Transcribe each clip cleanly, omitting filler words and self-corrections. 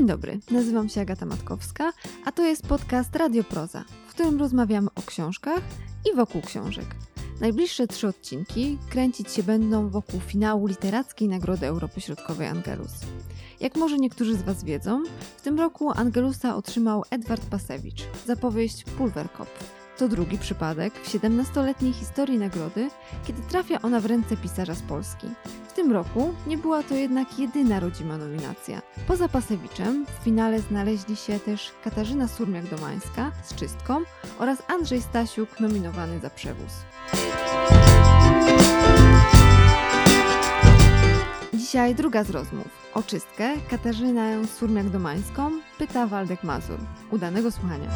dobry, nazywam się Agata Matkowska, a to jest podcast Radioproza, w którym rozmawiamy o książkach i wokół książek. Najbliższe 3 odcinki kręcić się będą wokół finału Literackiej Nagrody Europy Środkowej Angelus. Jak może niektórzy z Was wiedzą, w tym roku Angelusa otrzymał Edward Pasewicz za powieść Pulverkopf. To drugi przypadek w 17-letniej historii nagrody, kiedy trafia ona w ręce pisarza z Polski. W tym roku nie była to jednak jedyna rodzima nominacja. Poza Pasewiczem w finale znaleźli się też Katarzyna Surmiak-Domańska z Czystką oraz Andrzej Stasiuk nominowany za Przewóz. Dzisiaj druga z rozmów. O Czystkę Katarzynę Surmiak-Domańską pyta Waldek Mazur. Udanego słuchania.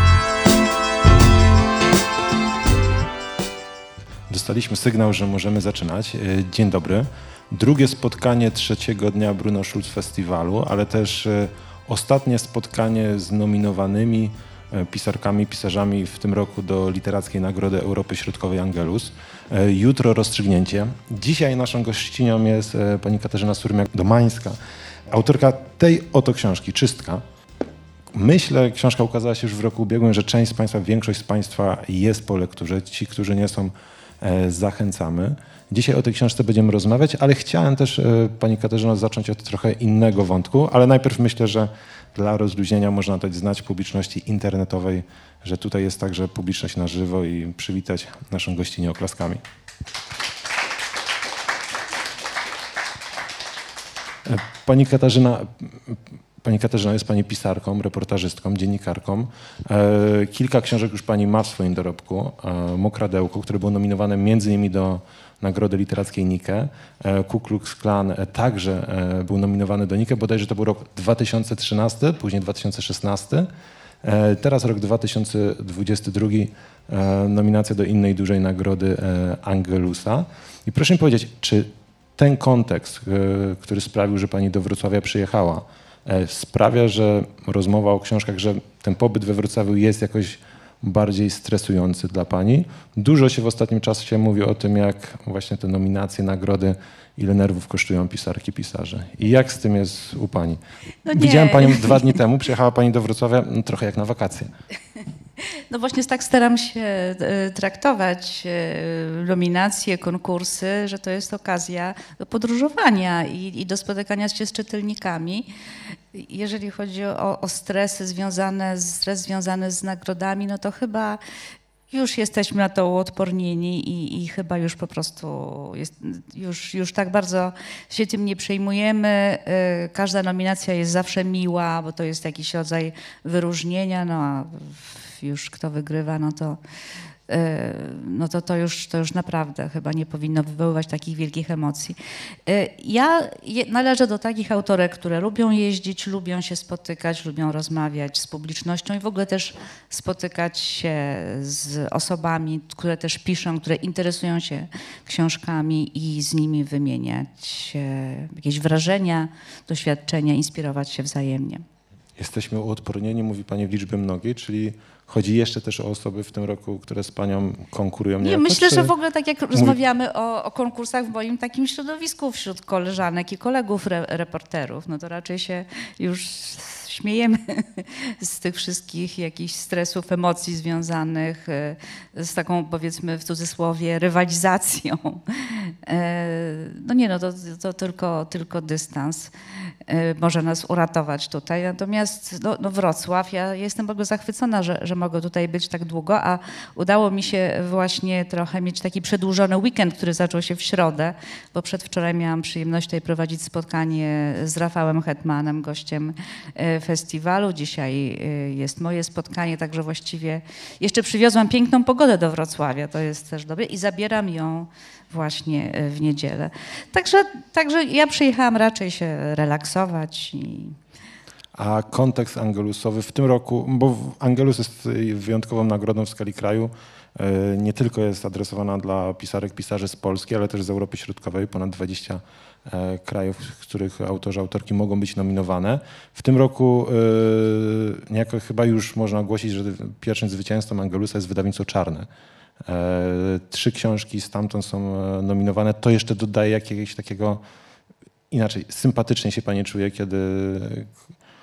Dostaliśmy sygnał, że możemy zaczynać. Dzień dobry. Drugie spotkanie trzeciego dnia Bruno Schulz Festiwalu, ale też ostatnie spotkanie z nominowanymi pisarkami, pisarzami w tym roku do Literackiej Nagrody Europy Środkowej Angelus. Jutro rozstrzygnięcie. Dzisiaj naszą gościnią jest pani Katarzyna Surmiak-Domańska, autorka tej oto książki, Czystka. Myślę, książka ukazała się już w roku ubiegłym, że część z Państwa, większość z Państwa jest po lekturze. Ci, którzy nie są, zachęcamy. Dzisiaj o tej książce będziemy rozmawiać, ale chciałem też, pani Katarzyno, zacząć od trochę innego wątku, ale najpierw myślę, że dla rozluźnienia można dać znać publiczności internetowej, że tutaj jest także publiczność na żywo i przywitać naszą gościnię oklaskami. Pani Katarzyna jest pani pisarką, reportażystką, dziennikarką. Kilka książek już pani ma w swoim dorobku. Mokradełko, które było nominowane między innymi do Nagrody Literackiej Nike. Ku Klux Klan także był nominowany do Nike, bodajże to był rok 2013, później 2016. Teraz rok 2022, nominacja do innej dużej nagrody Angelusa. I proszę mi powiedzieć, czy ten kontekst, który sprawił, że pani do Wrocławia przyjechała, sprawia, że rozmowa o książkach, że ten pobyt we Wrocławiu jest jakoś bardziej stresujący dla pani? Dużo się w ostatnim czasie mówi o tym, jak właśnie te nominacje, nagrody, ile nerwów kosztują pisarki, pisarze. I jak z tym jest u pani? No widziałem panią 2 dni temu, przyjechała pani do Wrocławia trochę jak na wakacje. No właśnie tak staram się traktować nominacje, konkursy, że to jest okazja do podróżowania i do spotykania się z czytelnikami. Jeżeli chodzi o stres związany z nagrodami, no to chyba już jesteśmy na to uodpornieni i chyba już po prostu już tak bardzo się tym nie przejmujemy. Każda nominacja jest zawsze miła, bo to jest jakiś rodzaj wyróżnienia, no a już kto wygrywa, to już naprawdę chyba nie powinno wywoływać takich wielkich emocji. Ja należę do takich autorek, które lubią jeździć, lubią się spotykać, lubią rozmawiać z publicznością i w ogóle też spotykać się z osobami, które też piszą, które interesują się książkami i z nimi wymieniać jakieś wrażenia, doświadczenia, inspirować się wzajemnie. Jesteśmy uodpornieni, mówi pani w liczbie mnogiej, czyli chodzi jeszcze też o osoby w tym roku, które z panią konkurują niejako? Myślę, że w ogóle tak jak rozmawiamy o konkursach w moim takim środowisku wśród koleżanek i kolegów reporterów, no to raczej się już śmiejemy z tych wszystkich jakichś stresów, emocji związanych z taką, powiedzmy w cudzysłowie, rywalizacją. To tylko dystans może nas uratować tutaj. Natomiast Wrocław, ja jestem bardzo zachwycona, że mogę tutaj być tak długo, a udało mi się właśnie trochę mieć taki przedłużony weekend, który zaczął się w środę, bo przedwczoraj miałam przyjemność tutaj prowadzić spotkanie z Rafałem Hetmanem, gościem festiwalu. Dzisiaj jest moje spotkanie, także właściwie jeszcze przywiozłam piękną pogodę do Wrocławia, to jest też dobre i zabieram ją właśnie w niedzielę. Także ja przyjechałam raczej się relaksować. A kontekst angelusowy w tym roku, bo Angelus jest wyjątkową nagrodą w skali kraju, nie tylko jest adresowana dla pisarek, pisarzy z Polski, ale też z Europy Środkowej, ponad 20 krajów, w których autorzy, autorki mogą być nominowane. W tym roku niejako chyba już można ogłosić, że pierwszym zwycięzcą Angelusa jest wydawnictwo Czarne. 3 książki stamtąd są nominowane. To jeszcze dodaje jakiegoś takiego, inaczej, sympatycznie się pani czuje, kiedy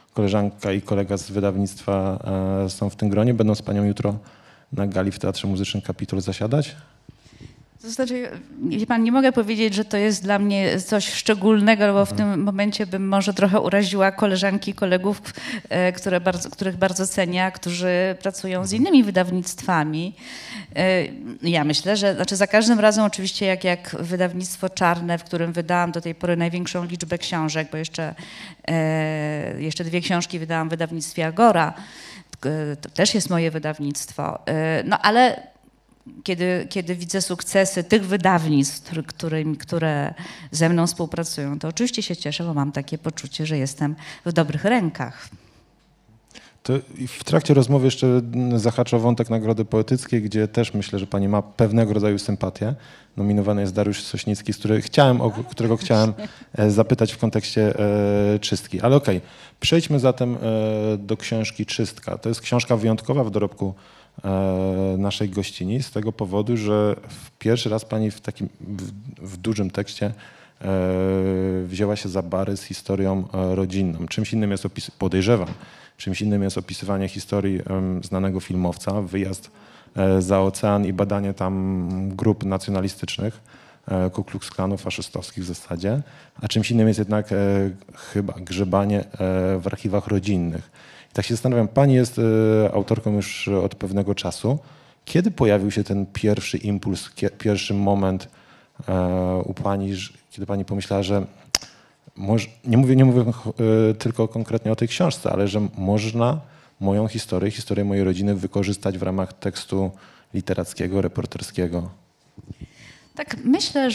koleżanka i kolega z wydawnictwa są w tym gronie. Będą z panią jutro na gali w Teatrze Muzycznym Kapitol zasiadać? To znaczy, wie pan, nie mogę powiedzieć, że to jest dla mnie coś szczególnego, bo w tym momencie bym może trochę uraziła koleżanki i kolegów, których bardzo cenię, a którzy pracują z innymi wydawnictwami. Ja myślę, że znaczy za każdym razem oczywiście jak wydawnictwo Czarne, w którym wydałam do tej pory największą liczbę książek, bo jeszcze 2 książki wydałam w wydawnictwie Agora, to też jest moje wydawnictwo, no ale kiedy widzę sukcesy tych wydawnictw, które ze mną współpracują, to oczywiście się cieszę, bo mam takie poczucie, że jestem w dobrych rękach. To w trakcie rozmowy jeszcze zahaczę o wątek Nagrody Poetyckiej, gdzie też myślę, że pani ma pewnego rodzaju sympatię. Nominowany jest Dariusz Sośnicki, którego chciałem zapytać w kontekście czystki. Ale okej, przejdźmy zatem do książki Czystka. To jest książka wyjątkowa w dorobku naszej gościni z tego powodu, że pierwszy raz pani w dużym tekście wzięła się za bary z historią rodzinną. Czymś innym jest podejrzewam, czymś innym jest opisywanie historii znanego filmowca, wyjazd za ocean i badanie tam grup nacjonalistycznych, Ku Klux Klanu, faszystowskich w zasadzie, a czymś innym jest jednak chyba grzebanie w archiwach rodzinnych. I tak się zastanawiam, pani jest autorką już od pewnego czasu. Kiedy pojawił się ten pierwszy impuls, pierwszy moment u pani, kiedy pani pomyślała, że nie mówię tylko konkretnie o tej książce, ale że można moją historię mojej rodziny wykorzystać w ramach tekstu literackiego, reporterskiego? Tak, myślę,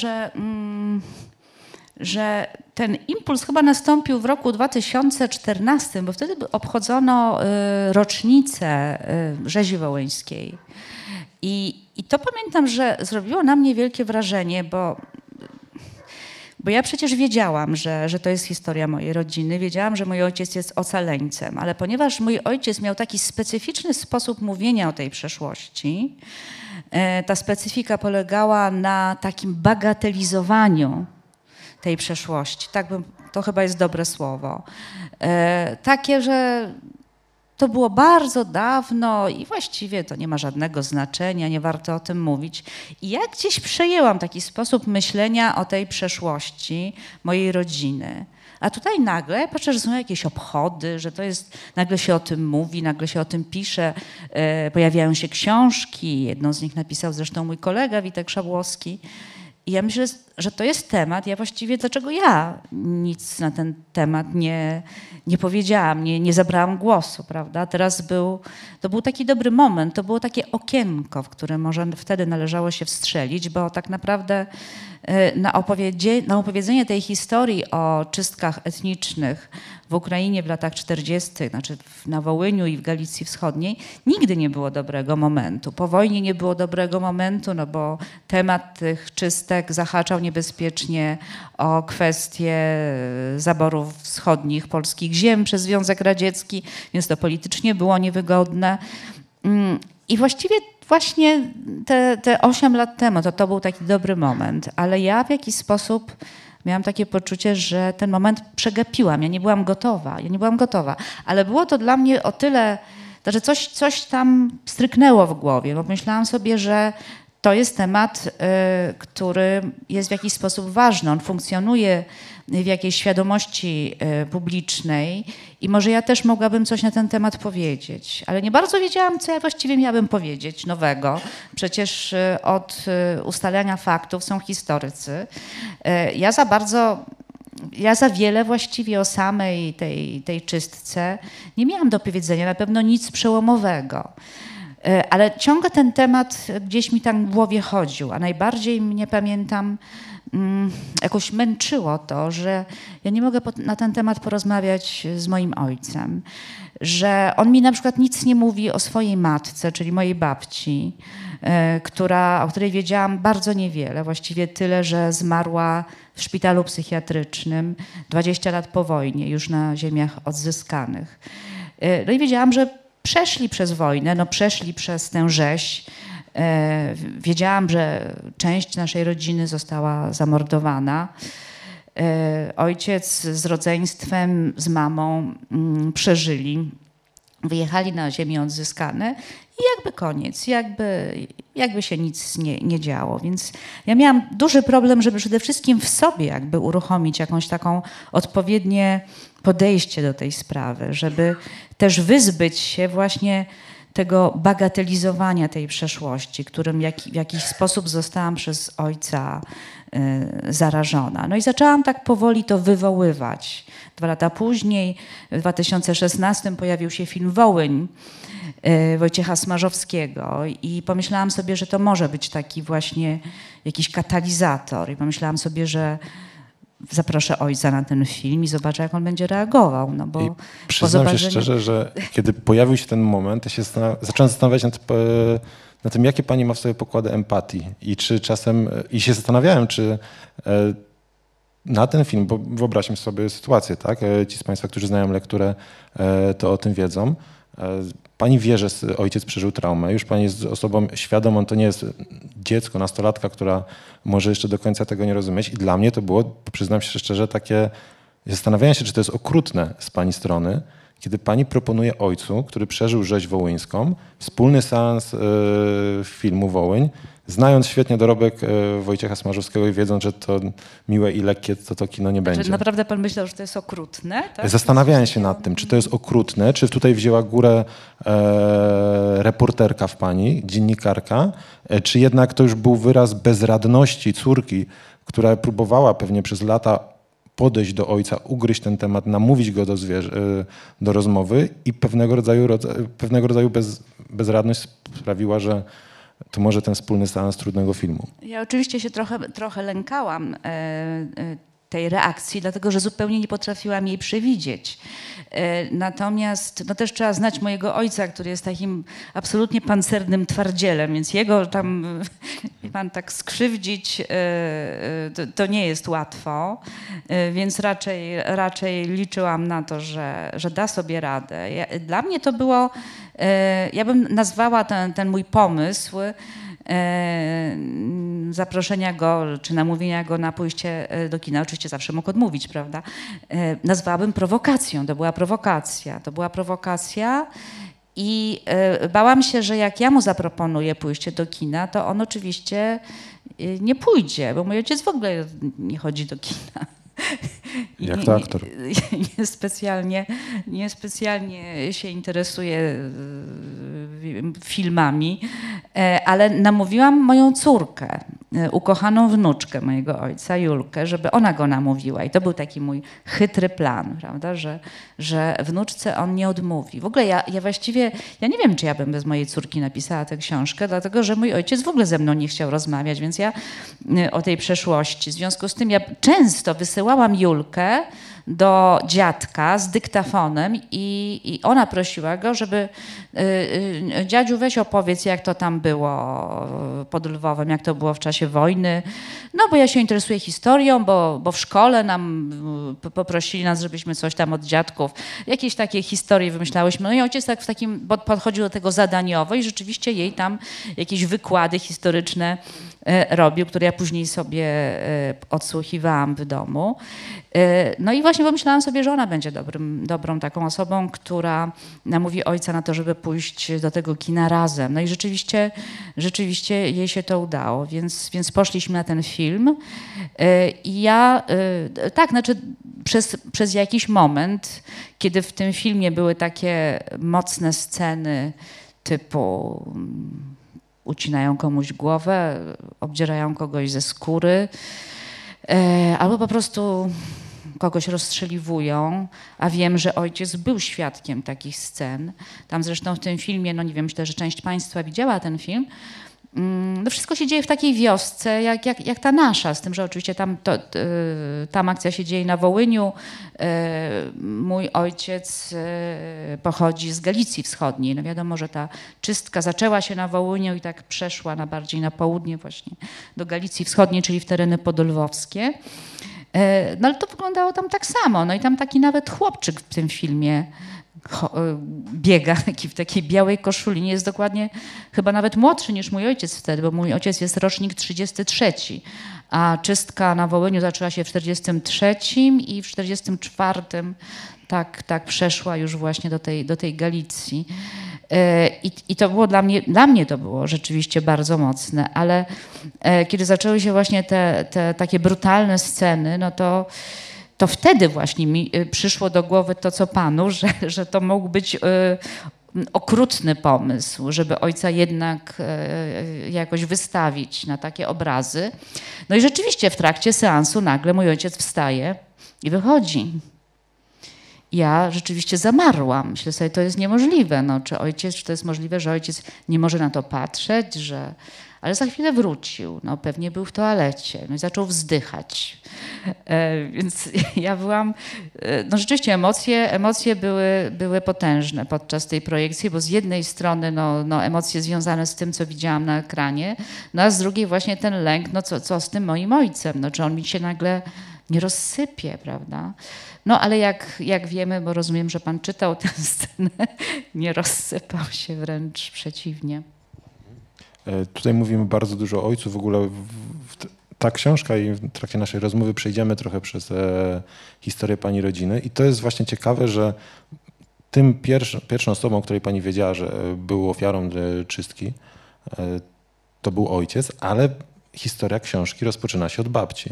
że ten impuls chyba nastąpił w roku 2014, bo wtedy obchodzono rocznicę rzezi wołyńskiej. I to pamiętam, że zrobiło na mnie wielkie wrażenie, bo ja przecież wiedziałam, że to jest historia mojej rodziny, wiedziałam, że mój ojciec jest ocaleńcem, ale ponieważ mój ojciec miał taki specyficzny sposób mówienia o tej przeszłości, ta specyfika polegała na takim bagatelizowaniu tej przeszłości. To chyba jest dobre słowo. Takie, że to było bardzo dawno i właściwie to nie ma żadnego znaczenia, nie warto o tym mówić. I ja gdzieś przejęłam taki sposób myślenia o tej przeszłości mojej rodziny. A tutaj nagle, ja patrzę, że są jakieś obchody, że to jest, nagle się o tym mówi, nagle się o tym pisze, pojawiają się książki, jedną z nich napisał zresztą mój kolega Witek Szabłowski. I ja myślę, że to jest temat, dlaczego ja nic na ten temat nie powiedziałam, nie zabrałam głosu, prawda? To był taki dobry moment, to było takie okienko, w które może wtedy należało się wstrzelić, bo tak naprawdę na opowiedzenie tej historii o czystkach etnicznych w Ukrainie w latach 40., znaczy na Wołyniu i w Galicji Wschodniej, nigdy nie było dobrego momentu. Po wojnie nie było dobrego momentu, no bo temat tych czystek zahaczał niebezpiecznie o kwestie zaborów wschodnich polskich ziem przez Związek Radziecki, więc to politycznie było niewygodne. I właściwie właśnie te 8 lat temu to był taki dobry moment, ale ja w jakiś sposób miałam takie poczucie, że ten moment przegapiłam. Ja nie byłam gotowa, ale było to dla mnie o tyle, że coś tam stryknęło w głowie, bo myślałam sobie, że to jest temat, który jest w jakiś sposób ważny. On funkcjonuje w jakiejś świadomości publicznej i może ja też mogłabym coś na ten temat powiedzieć. Ale nie bardzo wiedziałam, co ja właściwie miałabym powiedzieć nowego. Przecież od ustalania faktów są historycy. Ja za wiele właściwie o samej tej czystce nie miałam do powiedzenia, na pewno nic przełomowego. Ale ciągle ten temat gdzieś mi tam w głowie chodził, a najbardziej mnie, pamiętam, jakoś męczyło to, że ja nie mogę na ten temat porozmawiać z moim ojcem, że on mi na przykład nic nie mówi o swojej matce, czyli mojej babci, o której wiedziałam bardzo niewiele, właściwie tyle, że zmarła w szpitalu psychiatrycznym 20 lat po wojnie, już na ziemiach odzyskanych. No i wiedziałam, że przeszli przez wojnę, przeszli przez tę rzeź. Wiedziałam, że część naszej rodziny została zamordowana. ojciec z rodzeństwem, z mamą przeżyli. Wyjechali na ziemię odzyskane i jakby koniec, jakby się nic nie działo. Więc ja miałam duży problem, żeby przede wszystkim w sobie jakby uruchomić jakąś taką odpowiednie podejście do tej sprawy, żeby też wyzbyć się właśnie tego bagatelizowania tej przeszłości, którym w jakiś sposób zostałam przez ojca zarażona. No i zaczęłam tak powoli to wywoływać. 2 lata później, w 2016 pojawił się film Wołyń Wojciecha Smarzowskiego i pomyślałam sobie, że to może być taki właśnie jakiś katalizator i pomyślałam sobie, że zaproszę ojca na ten film i zobaczę, jak on będzie reagował. No bo I przyznam się szczerze, że kiedy pojawił się ten moment, ja się zacząłem zastanawiać na tym, jakie pani ma w sobie pokłady empatii i czy czasem, i się zastanawiałem, czy na ten film, bo wyobraźmy sobie sytuację, tak? Ci z państwa, którzy znają lekturę, to o tym wiedzą. Pani wie, że ojciec przeżył traumę, już pani jest osobą świadomą, to nie jest dziecko, nastolatka, która może jeszcze do końca tego nie rozumieć. I dla mnie to było, przyznam się szczerze, takie zastanawianie się, czy to jest okrutne z pani strony, kiedy pani proponuje ojcu, który przeżył rzeź wołyńską, wspólny seans filmu Wołyń, znając świetnie dorobek Wojciecha Smarzowskiego i wiedząc, że to miłe i lekkie, to kino nie będzie. Naprawdę pan myślał, że to jest okrutne? Tak? Zastanawiałem się nad tym, czy to jest okrutne, czy tutaj wzięła górę reporterka w pani, dziennikarka, czy jednak to już był wyraz bezradności córki, która próbowała pewnie przez lata podejść do ojca, ugryźć ten temat, namówić go do rozmowy i pewnego rodzaju bezradność sprawiła, że to może ten wspólny seans trudnego filmu. Ja oczywiście się trochę lękałam tej reakcji, dlatego że zupełnie nie potrafiłam jej przewidzieć. Natomiast no też trzeba znać mojego ojca, który jest takim absolutnie pancernym twardzielem, więc jego tam pan tak skrzywdzić to nie jest łatwo, więc raczej liczyłam na to, że da sobie radę. Dla mnie to było, ja bym nazwała ten mój pomysł zaproszenia go, czy namówienia go na pójście do kina. Oczywiście zawsze mógł odmówić, prawda? Nazwałabym prowokacją. To była prowokacja i bałam się, że jak ja mu zaproponuję pójście do kina, to on oczywiście nie pójdzie, bo mój ojciec w ogóle nie chodzi do kina. Jak to aktor? Niespecjalnie się interesuje filmami, ale namówiłam moją córkę, ukochaną wnuczkę mojego ojca, Julkę, żeby ona go namówiła. I to był taki mój chytry plan, prawda, że wnuczce on nie odmówi. W ogóle ja właściwie, ja nie wiem, czy ja bym bez mojej córki napisała tę książkę, dlatego że mój ojciec w ogóle ze mną nie chciał rozmawiać, więc ja o tej przeszłości. W związku z tym ja często wysyłałam Julkę do dziadka z dyktafonem i ona prosiła go, żeby dziadziu, weź opowiedz, jak to tam było pod Lwowem, jak to było w czasie wojny. No bo ja się interesuję historią, bo w szkole nam poprosili nas, żebyśmy coś tam od dziadków, jakieś takie historie wymyślałyśmy. No i ojciec tak podchodził do tego zadaniowo i rzeczywiście jej tam jakieś wykłady historyczne robił, które ja później sobie odsłuchiwałam w domu. No i właśnie pomyślałam sobie, że ona będzie dobrą taką osobą, która namówi ojca na to, żeby pójść do tego kina razem. No i rzeczywiście jej się to udało, więc poszliśmy na ten film. I ja, tak, znaczy przez jakiś moment, kiedy w tym filmie były takie mocne sceny typu ucinają komuś głowę, obdzierają kogoś ze skóry, albo po prostu kogoś rozstrzeliwują, a wiem, że ojciec był świadkiem takich scen. Tam zresztą w tym filmie, no nie wiem, myślę, że część państwa widziała ten film. No wszystko się dzieje w takiej wiosce, jak ta nasza, z tym, że oczywiście tam akcja się dzieje na Wołyniu. Mój ojciec pochodzi z Galicji Wschodniej. No wiadomo, że ta czystka zaczęła się na Wołyniu i tak przeszła bardziej na południe właśnie do Galicji Wschodniej, czyli w tereny podolwowskie. No ale to wyglądało tam tak samo. No i tam taki nawet chłopczyk w tym filmie biega w takiej białej koszuli. Nie jest dokładnie, chyba nawet młodszy niż mój ojciec wtedy, bo mój ojciec jest rocznik 33, a czystka na Wołyniu zaczęła się w 43 i w 44 tak przeszła już właśnie do tej Galicji. I to było dla mnie to było rzeczywiście bardzo mocne, ale kiedy zaczęły się właśnie te takie brutalne sceny, no to wtedy właśnie mi przyszło do głowy to, co panu, że to mógł być okrutny pomysł, żeby ojca jednak jakoś wystawić na takie obrazy. No i rzeczywiście w trakcie seansu nagle mój ojciec wstaje i wychodzi. Ja rzeczywiście zamarłam. Myślę sobie, to jest niemożliwe. No, czy to jest możliwe, że ojciec nie może na to patrzeć, ale za chwilę wrócił. No, pewnie był w toalecie. No i zaczął wzdychać. Więc ja byłam... No rzeczywiście emocje były potężne podczas tej projekcji, bo z jednej strony no, emocje związane z tym, co widziałam na ekranie, no a z drugiej właśnie ten lęk, no co z tym moim ojcem? No, czy on mi się nagle nie rozsypie, prawda? No ale jak wiemy, bo rozumiem, że pan czytał tę scenę, nie rozsypał się, wręcz przeciwnie. Tutaj mówimy bardzo dużo o ojcu. W ogóle ta książka i w trakcie naszej rozmowy przejdziemy trochę przez historię pani rodziny. I to jest właśnie ciekawe, że tym pierwszą osobą, o której pani wiedziała, że był ofiarą czystki, to był ojciec, ale historia książki rozpoczyna się od babci.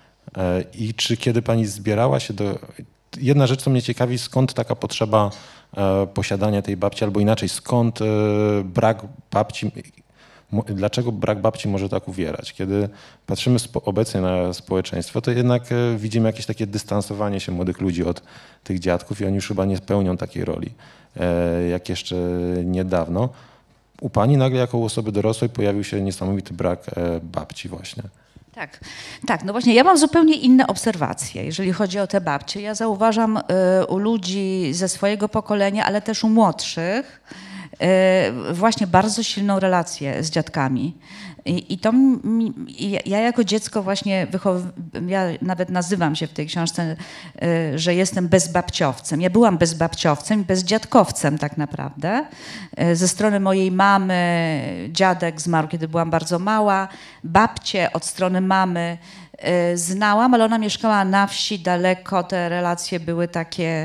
I czy kiedy pani zbierała się do... Jedna rzecz, co mnie ciekawi, skąd taka potrzeba posiadania tej babci, albo inaczej, skąd brak babci, dlaczego brak babci może tak uwierać? Kiedy patrzymy obecnie na społeczeństwo, to jednak widzimy jakieś takie dystansowanie się młodych ludzi od tych dziadków i oni już chyba nie spełnią takiej roli, jak jeszcze niedawno. U pani nagle jako u osoby dorosłej pojawił się niesamowity brak babci właśnie. Tak, no właśnie ja mam zupełnie inne obserwacje, jeżeli chodzi o te babcie. Ja zauważam u ludzi ze swojego pokolenia, ale też u młodszych, właśnie bardzo silną relację z dziadkami. Ja jako dziecko właśnie ja nawet nazywam się w tej książce, że jestem bezbabciowcem. Ja byłam bezbabciowcem i bezdziadkowcem tak naprawdę. Ze strony mojej mamy dziadek zmarł, kiedy byłam bardzo mała. Babcie od strony mamy znałam, ale ona mieszkała na wsi daleko. Te relacje były takie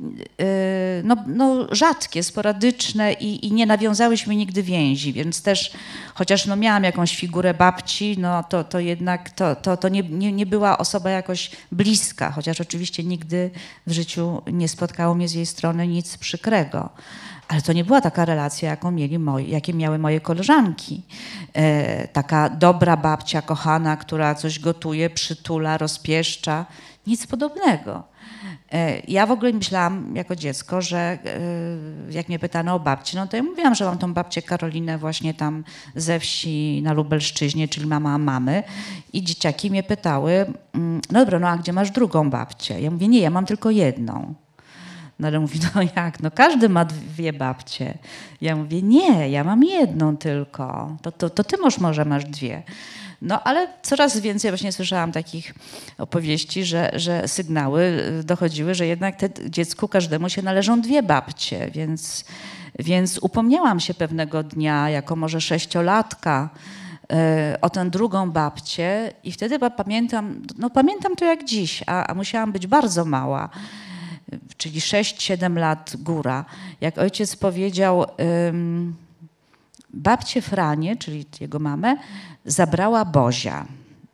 no rzadkie, sporadyczne i nie nawiązałyśmy nigdy więzi, więc też chociaż no miałam jakąś figurę babci, no to jednak to nie była osoba jakoś bliska, chociaż oczywiście nigdy w życiu nie spotkało mnie z jej strony nic przykrego. Ale to nie była taka relacja, jakie miały moje koleżanki. Taka dobra babcia, kochana, która coś gotuje, przytula, rozpieszcza. Nic podobnego. Ja w ogóle myślałam jako dziecko, że jak mnie pytano o babci, no to ja mówiłam, że mam tą babcię Karolinę właśnie tam ze wsi na Lubelszczyźnie, czyli mama mamy. I dzieciaki mnie pytały, no dobra, no a gdzie masz drugą babcię? Ja mówię, nie, ja mam tylko jedną. No ale mówi, no jak, no każdy ma dwie babcie. Ja mówię, nie, ja mam jedną tylko. To ty może masz dwie. No ale coraz więcej właśnie słyszałam takich opowieści, że sygnały dochodziły, że jednak dziecku każdemu się należą dwie babcie. Więc upomniałam się pewnego dnia, jako może 6-latka, o tę drugą babcię i wtedy pamiętam to jak dziś, a musiałam być bardzo mała. Czyli 6-7 lat góra, jak ojciec powiedział, babcię Franię, czyli jego mamę, zabrała Bozia.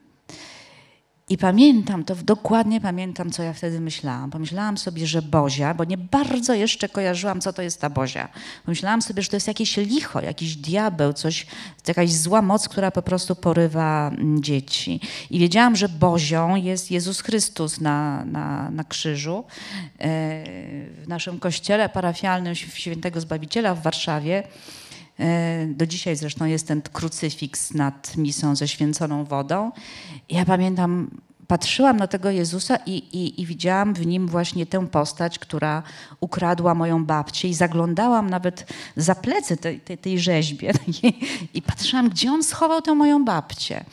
I dokładnie pamiętam, co ja wtedy myślałam. Pomyślałam sobie, że Bozia, bo nie bardzo jeszcze kojarzyłam, co to jest ta Bozia. Pomyślałam sobie, że to jest jakieś licho, jakiś diabeł, jakaś zła moc, która po prostu porywa dzieci. I wiedziałam, że Bozią jest Jezus Chrystus na krzyżu. W naszym kościele parafialnym Świętego Zbawiciela w Warszawie do dzisiaj zresztą jest ten krucyfiks nad misą ze święconą wodą. Ja pamiętam, patrzyłam na tego Jezusa i widziałam w nim właśnie tę postać, która ukradła moją babcię i zaglądałam nawet za plecy tej rzeźbie i patrzyłam, gdzie on schował tę moją babcię.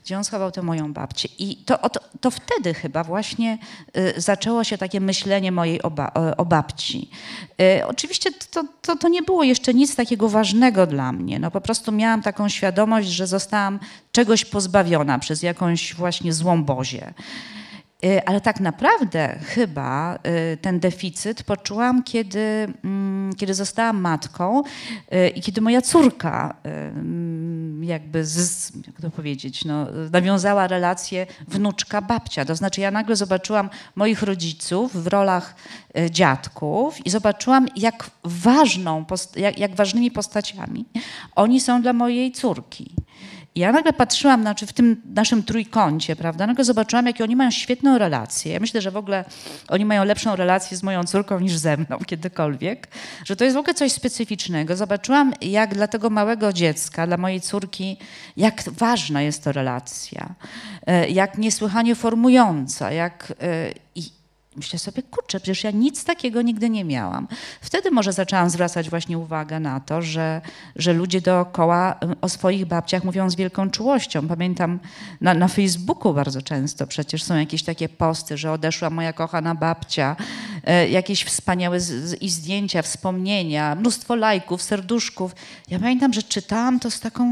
gdzie on schował tę moją babcię. I to wtedy chyba właśnie zaczęło się takie myślenie mojej o babci. Oczywiście to nie było jeszcze nic takiego ważnego dla mnie. No po prostu miałam taką świadomość, że zostałam czegoś pozbawiona przez jakąś właśnie złą Bozię. Ale tak naprawdę chyba ten deficyt poczułam, kiedy zostałam matką i kiedy moja córka jakby, jak to powiedzieć, no, nawiązała relację wnuczka-babcia. To znaczy ja nagle zobaczyłam moich rodziców w rolach dziadków i zobaczyłam, jak ważnymi postaciami oni są dla mojej córki. Ja nagle patrzyłam, znaczy w tym naszym trójkącie, prawda, nagle zobaczyłam, jakie oni mają świetną relację. Ja myślę, że w ogóle oni mają lepszą relację z moją córką niż ze mną kiedykolwiek, że to jest w ogóle coś specyficznego. Zobaczyłam, jak dla tego małego dziecka, dla mojej córki, jak ważna jest to relacja, jak niesłychanie formująca, myślę sobie, kurczę, przecież ja nic takiego nigdy nie miałam. Wtedy może zaczęłam zwracać właśnie uwagę na to, że ludzie dookoła o swoich babciach mówią z wielką czułością. Pamiętam na Facebooku bardzo często przecież są jakieś takie posty, że odeszła moja kochana babcia, jakieś wspaniałe i zdjęcia, wspomnienia, mnóstwo lajków, serduszków. Ja pamiętam, że czytałam to z taką...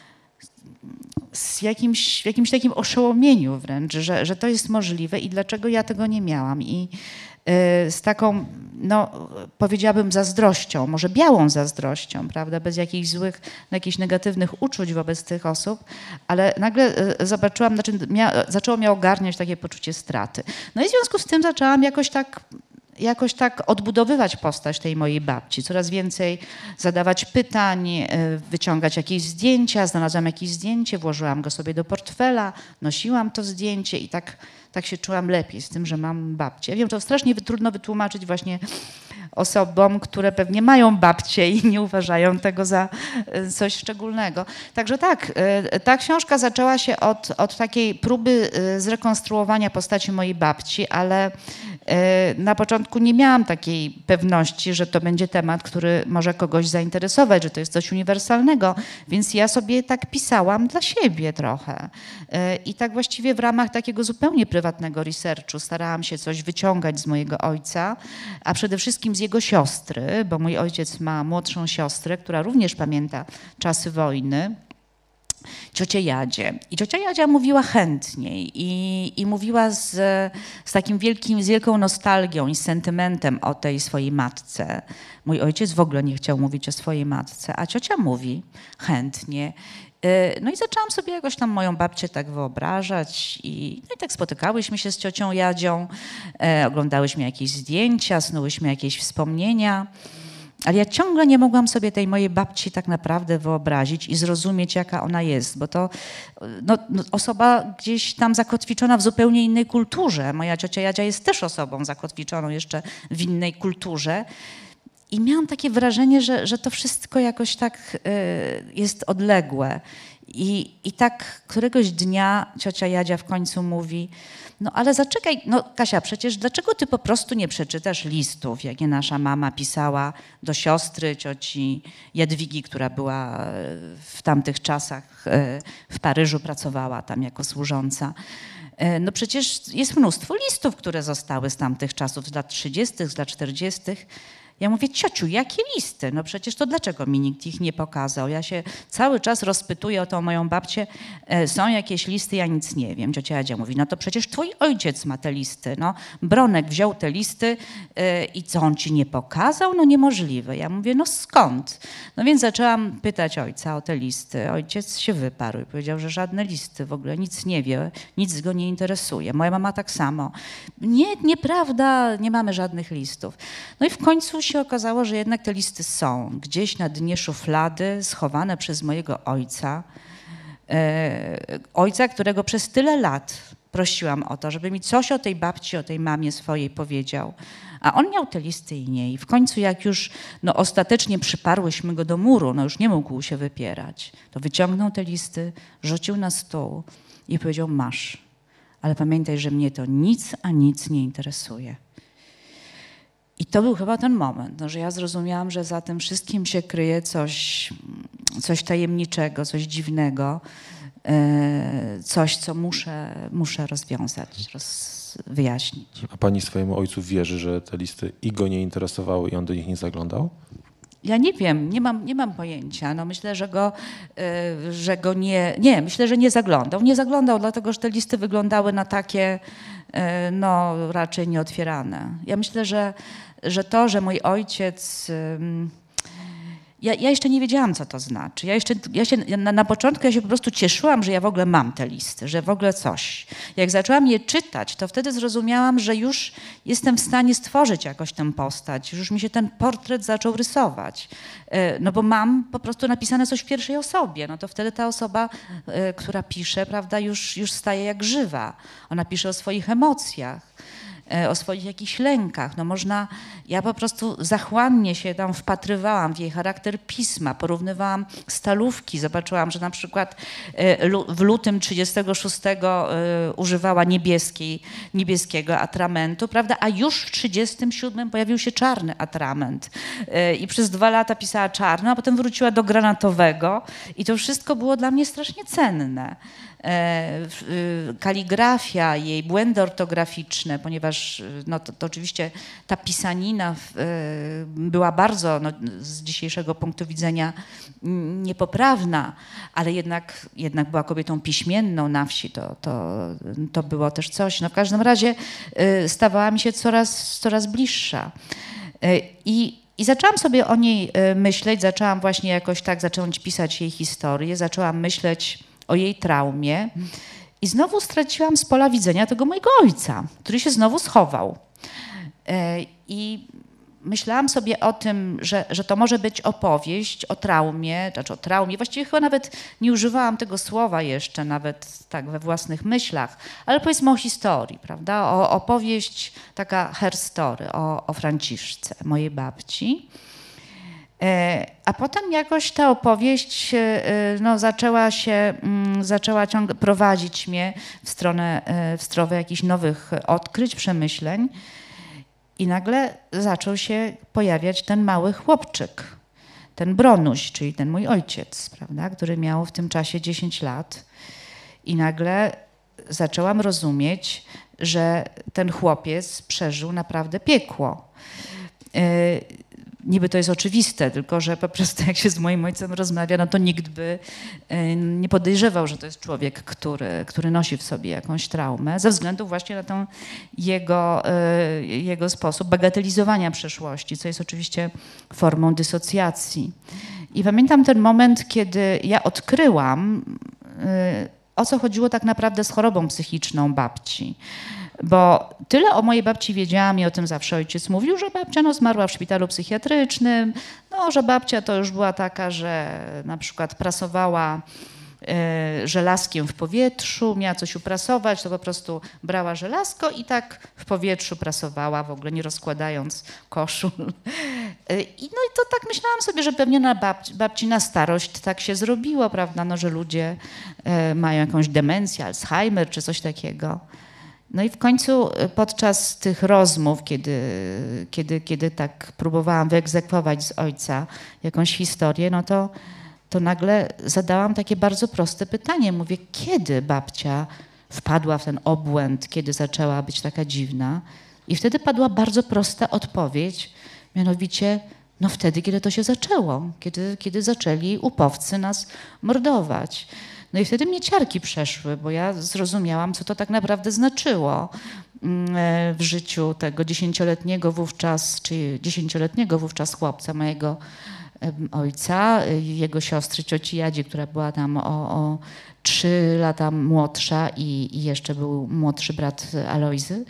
w jakimś takim oszołomieniu wręcz, że to jest możliwe i dlaczego ja tego nie miałam. I z taką, no powiedziałabym zazdrością, może białą zazdrością, prawda, bez jakichś złych, jakichś negatywnych uczuć wobec tych osób, ale nagle zobaczyłam, zaczęło mnie ogarniać takie poczucie straty. No i w związku z tym zaczęłam jakoś tak odbudowywać postać tej mojej babci. Coraz więcej zadawać pytań, wyciągać jakieś zdjęcia. Znalazłam jakieś zdjęcie, włożyłam go sobie do portfela, nosiłam to zdjęcie i tak się czułam lepiej z tym, że mam babcię. Ja wiem, to strasznie trudno wytłumaczyć właśnie osobom, które pewnie mają babcię i nie uważają tego za coś szczególnego. Także tak, ta książka zaczęła się od takiej próby zrekonstruowania postaci mojej babci, ale na początku nie miałam takiej pewności, że to będzie temat, który może kogoś zainteresować, że to jest coś uniwersalnego, więc ja sobie tak pisałam dla siebie trochę. I tak właściwie w ramach takiego zupełnie prywatnego researchu starałam się coś wyciągać z mojego ojca, a przede wszystkim z jego siostry, bo mój ojciec ma młodszą siostrę, która również pamięta czasy wojny, ciocię Jadzie. I ciocia Jadzia mówiła chętniej i mówiła z wielką nostalgią i sentymentem o tej swojej matce. Mój ojciec w ogóle nie chciał mówić o swojej matce, a ciocia mówi chętnie. No i zaczęłam sobie jakoś tam moją babcię tak wyobrażać i tak spotykałyśmy się z ciocią Jadzią, oglądałyśmy jakieś zdjęcia, snułyśmy jakieś wspomnienia. Ale ja ciągle nie mogłam sobie tej mojej babci tak naprawdę wyobrazić i zrozumieć, jaka ona jest, bo to osoba gdzieś tam zakotwiczona w zupełnie innej kulturze. Moja ciocia Jadzia jest też osobą zakotwiczoną jeszcze w innej kulturze. I miałam takie wrażenie, że to wszystko jakoś tak jest odległe. I tak któregoś dnia ciocia Jadzia w końcu mówi, no ale zaczekaj, no Kasia, przecież dlaczego ty po prostu nie przeczytasz listów, jakie nasza mama pisała do siostry cioci Jadwigi, która była w tamtych czasach w Paryżu, pracowała tam jako służąca. No przecież jest mnóstwo listów, które zostały z tamtych czasów, z lat 30., z lat 40. Ja mówię, ciociu, jakie listy? No przecież to dlaczego mi nikt ich nie pokazał? Ja się cały czas rozpytuję o tą moją babcię. Są jakieś listy, ja nic nie wiem. Ciocia Jadzia mówi, no to przecież twój ojciec ma te listy. No, Bronek wziął te listy i co, on ci nie pokazał? No niemożliwe. Ja mówię, no skąd? No więc zaczęłam pytać ojca o te listy. Ojciec się wyparł i powiedział, że żadne listy, w ogóle nic nie wie, nic go nie interesuje. Moja mama tak samo. Nie, nieprawda, nie mamy żadnych listów. No i w końcu się okazało, że jednak te listy są gdzieś na dnie szuflady, schowane przez mojego ojca. Ojca, którego przez tyle lat prosiłam o to, żeby mi coś o tej babci, o tej mamie swojej powiedział. A on miał te listy i nie. I w końcu jak już ostatecznie przyparłyśmy go do muru, już nie mógł się wypierać, to wyciągnął te listy, rzucił na stół i powiedział, masz, ale pamiętaj, że mnie to nic a nic nie interesuje. I to był chyba ten moment, że ja zrozumiałam, że za tym wszystkim się kryje coś tajemniczego, coś dziwnego, coś, co muszę rozwiązać, wyjaśnić. A pani swojemu ojcu wierzy, że te listy i go nie interesowały i on do nich nie zaglądał? Ja nie wiem, nie mam pojęcia. No myślę, że go nie, myślę, że nie zaglądał. Nie zaglądał, dlatego że te listy wyglądały na takie, no raczej nieotwierane. Ja myślę, że to, że mój ojciec... Ja jeszcze nie wiedziałam, co to znaczy. Na początku ja się po prostu cieszyłam, że ja w ogóle mam te listy, że w ogóle coś. Jak zaczęłam je czytać, to wtedy zrozumiałam, że już jestem w stanie stworzyć jakoś tę postać, że już mi się ten portret zaczął rysować. No bo mam po prostu napisane coś w pierwszej osobie. No to wtedy ta osoba, która pisze, prawda, już staje jak żywa. Ona pisze o swoich emocjach, o swoich jakichś lękach. No ja po prostu zachłannie się tam wpatrywałam w jej charakter pisma, porównywałam stalówki, zobaczyłam, że na przykład w lutym 36 używała niebieskiego atramentu, prawda, a już w 37 pojawił się czarny atrament i przez 2 lata pisała czarno, a potem wróciła do granatowego i to wszystko było dla mnie strasznie cenne. Kaligrafia, jej błędy ortograficzne, ponieważ no to oczywiście ta pisanina była bardzo z dzisiejszego punktu widzenia niepoprawna, ale jednak była kobietą piśmienną na wsi, to było też coś. No w każdym razie stawała mi się coraz bliższa. I zaczęłam sobie o niej myśleć, zaczęłam właśnie jakoś tak zacząć pisać jej historię, zaczęłam myśleć o jej traumie i znowu straciłam z pola widzenia tego mojego ojca, który się znowu schował. I myślałam sobie o tym, że to może być opowieść o traumie, właściwie chyba nawet nie używałam tego słowa jeszcze, nawet tak we własnych myślach, ale powiedzmy o historii, prawda? O opowieść, taka her story, o Franciszce, mojej babci. A potem jakoś ta opowieść zaczęła prowadzić mnie w stronę jakichś nowych odkryć, przemyśleń i nagle zaczął się pojawiać ten mały chłopczyk, ten Bronuś, czyli ten mój ojciec, prawda, który miał w tym czasie 10 lat i nagle zaczęłam rozumieć, że ten chłopiec przeżył naprawdę piekło. Niby to jest oczywiste, tylko że po prostu jak się z moim ojcem rozmawia, no to nikt by nie podejrzewał, że to jest człowiek, który nosi w sobie jakąś traumę, ze względu właśnie na ten jego sposób bagatelizowania przeszłości, co jest oczywiście formą dysocjacji. I pamiętam ten moment, kiedy ja odkryłam, o co chodziło tak naprawdę z chorobą psychiczną babci. Bo tyle o mojej babci wiedziałam i o tym zawsze ojciec mówił, że babcia zmarła w szpitalu psychiatrycznym, że babcia to już była taka, że na przykład prasowała żelazkiem w powietrzu, miała coś uprasować, to po prostu brała żelazko i tak w powietrzu prasowała, w ogóle nie rozkładając koszul. I to tak myślałam sobie, że pewnie na babci na starość tak się zrobiło, prawda, że ludzie mają jakąś demencję, Alzheimer czy coś takiego. No i w końcu podczas tych rozmów, kiedy tak próbowałam wyegzekwować z ojca jakąś historię, to nagle zadałam takie bardzo proste pytanie. Mówię, kiedy babcia wpadła w ten obłęd, kiedy zaczęła być taka dziwna? I wtedy padła bardzo prosta odpowiedź, mianowicie wtedy, kiedy to się zaczęło, kiedy zaczęli upowcy nas mordować. No i wtedy mnie ciarki przeszły, bo ja zrozumiałam, co to tak naprawdę znaczyło w życiu tego 10-letniego wówczas chłopca, mojego ojca, jego siostry, cioci Jadzi, która była tam o 3 lata młodsza i jeszcze był młodszy brat Alojzy.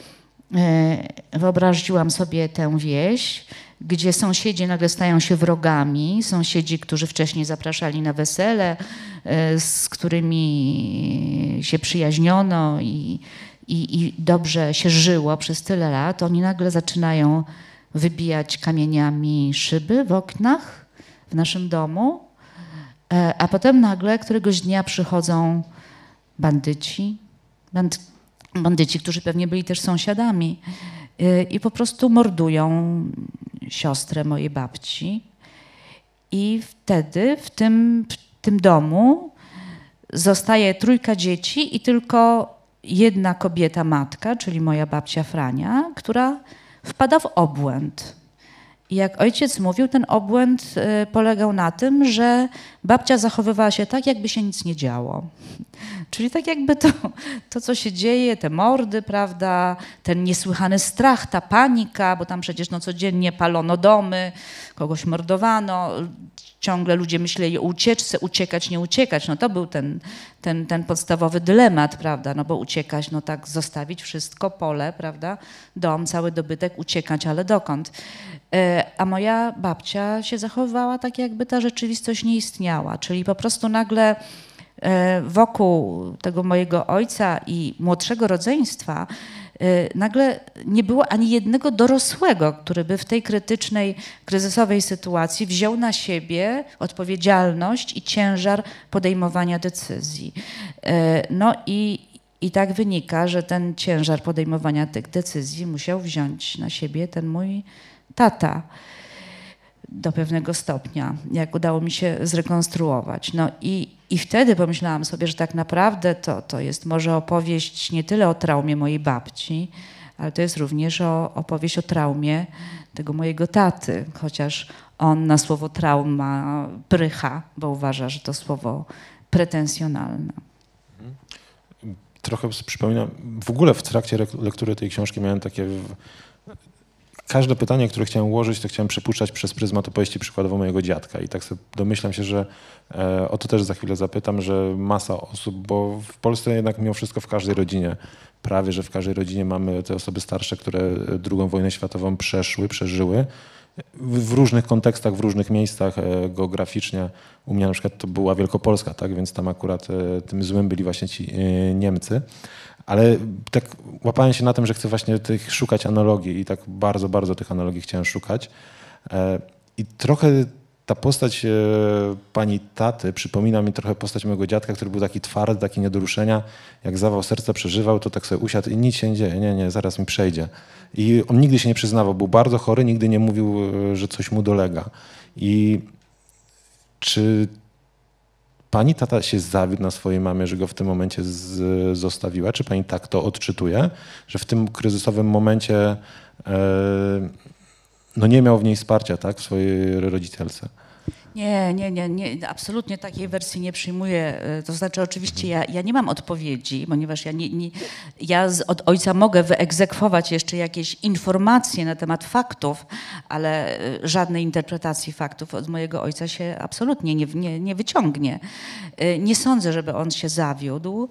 Wyobraziłam sobie tę wieś, gdzie sąsiedzi nagle stają się wrogami, sąsiedzi, którzy wcześniej zapraszali na wesele, z którymi się przyjaźniono i dobrze się żyło przez tyle lat, oni nagle zaczynają wybijać kamieniami szyby w oknach w naszym domu, a potem nagle któregoś dnia przychodzą bandyci, którzy pewnie byli też sąsiadami i po prostu mordują siostrę mojej babci. I wtedy w tym domu zostaje 3 dzieci i tylko jedna kobieta, matka, czyli moja babcia Frania, która wpada w obłęd. I jak ojciec mówił, ten obłęd polegał na tym, że babcia zachowywała się tak, jakby się nic nie działo. Czyli tak jakby to, co się dzieje, te mordy, prawda, ten niesłychany strach, ta panika, bo tam przecież codziennie palono domy, kogoś mordowano, ciągle ludzie myśleli o ucieczce, uciekać, nie uciekać. No to był ten podstawowy dylemat, prawda, no bo uciekać, no tak zostawić wszystko, pole, prawda, dom, cały dobytek, uciekać, ale dokąd? A moja babcia się zachowywała tak, jakby ta rzeczywistość nie istniała, czyli po prostu nagle wokół tego mojego ojca i młodszego rodzeństwa nagle nie było ani jednego dorosłego, który by w tej krytycznej, kryzysowej sytuacji wziął na siebie odpowiedzialność i ciężar podejmowania decyzji. No i tak wynika, że ten ciężar podejmowania tych decyzji musiał wziąć na siebie ten mój tata do pewnego stopnia, jak udało mi się zrekonstruować. No i wtedy pomyślałam sobie, że tak naprawdę to jest może opowieść nie tyle o traumie mojej babci, ale to jest również opowieść o traumie tego mojego taty, chociaż on na słowo trauma prycha, bo uważa, że to słowo pretensjonalne. Trochę przypominam, w ogóle w trakcie lektury tej książki miałem takie... Każde pytanie, które chciałem ułożyć, to chciałem przepuszczać przez pryzmat opowieści przykładowo mojego dziadka. I tak sobie domyślam się, że o to też za chwilę zapytam, że masa osób, bo w Polsce jednak mimo wszystko w każdej rodzinie, prawie że w każdej rodzinie mamy te osoby starsze, które II wojnę światową przeżyły. W różnych kontekstach, w różnych miejscach geograficznie. U mnie na przykład to była Wielkopolska, tak? Więc tam akurat tym złym byli właśnie ci Niemcy. Ale tak łapałem się na tym, że chcę właśnie szukać analogii i tak bardzo, bardzo tych analogii chciałem szukać. I trochę ta postać pani taty przypomina mi trochę postać mojego dziadka, który był taki twardy, taki nie do ruszenia. Jak zawał serca przeżywał, to tak sobie usiadł i nic się nie dzieje. Nie, zaraz mi przejdzie. I on nigdy się nie przyznawał. Był bardzo chory, nigdy nie mówił, że coś mu dolega. I czy pani tata się zawiódł na swojej mamie, że go w tym momencie zostawiła? Czy pani tak to odczytuje, że w tym kryzysowym momencie no nie miał w niej wsparcia, tak, w swojej rodzicielce? Nie, absolutnie takiej wersji nie przyjmuję. To znaczy oczywiście ja nie mam odpowiedzi, ponieważ ja od ojca mogę wyegzekwować jeszcze jakieś informacje na temat faktów, ale żadnej interpretacji faktów od mojego ojca się absolutnie nie wyciągnie. Nie sądzę, żeby on się zawiódł.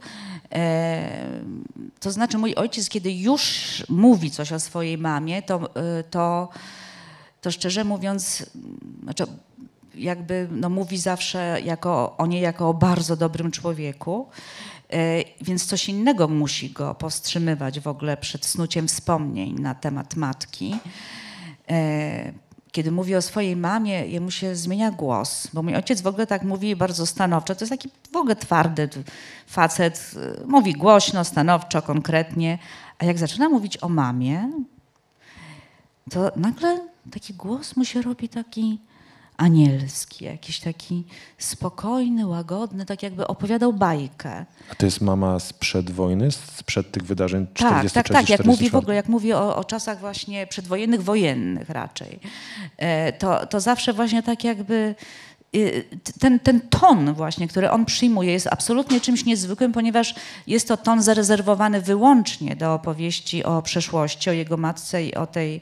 To znaczy mój ojciec, kiedy już mówi coś o swojej mamie, to szczerze mówiąc, znaczy jakby mówi zawsze o niej jako o bardzo dobrym człowieku, więc coś innego musi go powstrzymywać w ogóle przed snuciem wspomnień na temat matki. Kiedy mówi o swojej mamie, jemu się zmienia głos, bo mój ojciec w ogóle tak mówi bardzo stanowczo. To jest taki w ogóle twardy facet, mówi głośno, stanowczo, konkretnie, a jak zaczyna mówić o mamie, to nagle taki głos mu się robi taki anielski, jakiś taki spokojny, łagodny, tak jakby opowiadał bajkę. A to jest mama sprzed wojny, sprzed tych wydarzeń 43-44? Tak. Jak mówi o czasach właśnie przedwojennych, wojennych raczej, to zawsze właśnie tak jakby ten ton właśnie, który on przyjmuje, jest absolutnie czymś niezwykłym, ponieważ jest to ton zarezerwowany wyłącznie do opowieści o przeszłości, o jego matce i o tej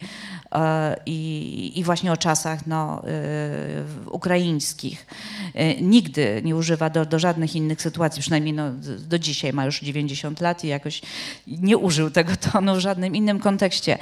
i właśnie o czasach ukraińskich. Nigdy nie używa do żadnych innych sytuacji, przynajmniej do dzisiaj, ma już 90 lat i jakoś nie użył tego tonu w żadnym innym kontekście.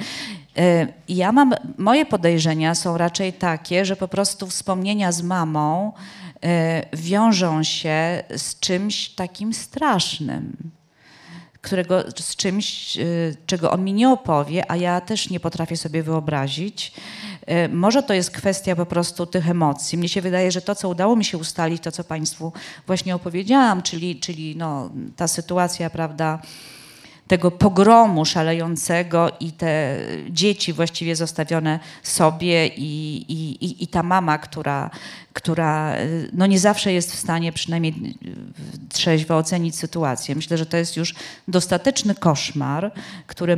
Moje podejrzenia są raczej takie, że po prostu wspomnienia z mamą wiążą się z czymś takim strasznym, z czymś, czego on mi nie opowie, a ja też nie potrafię sobie wyobrazić. Może to jest kwestia po prostu tych emocji. Mnie się wydaje, że to, co udało mi się ustalić, to, co Państwu właśnie opowiedziałam, czyli ta sytuacja, prawda, tego pogromu szalejącego i te dzieci właściwie zostawione sobie i ta mama, która no nie zawsze jest w stanie przynajmniej trzeźwo ocenić sytuację. Myślę, że to jest już dostateczny koszmar, który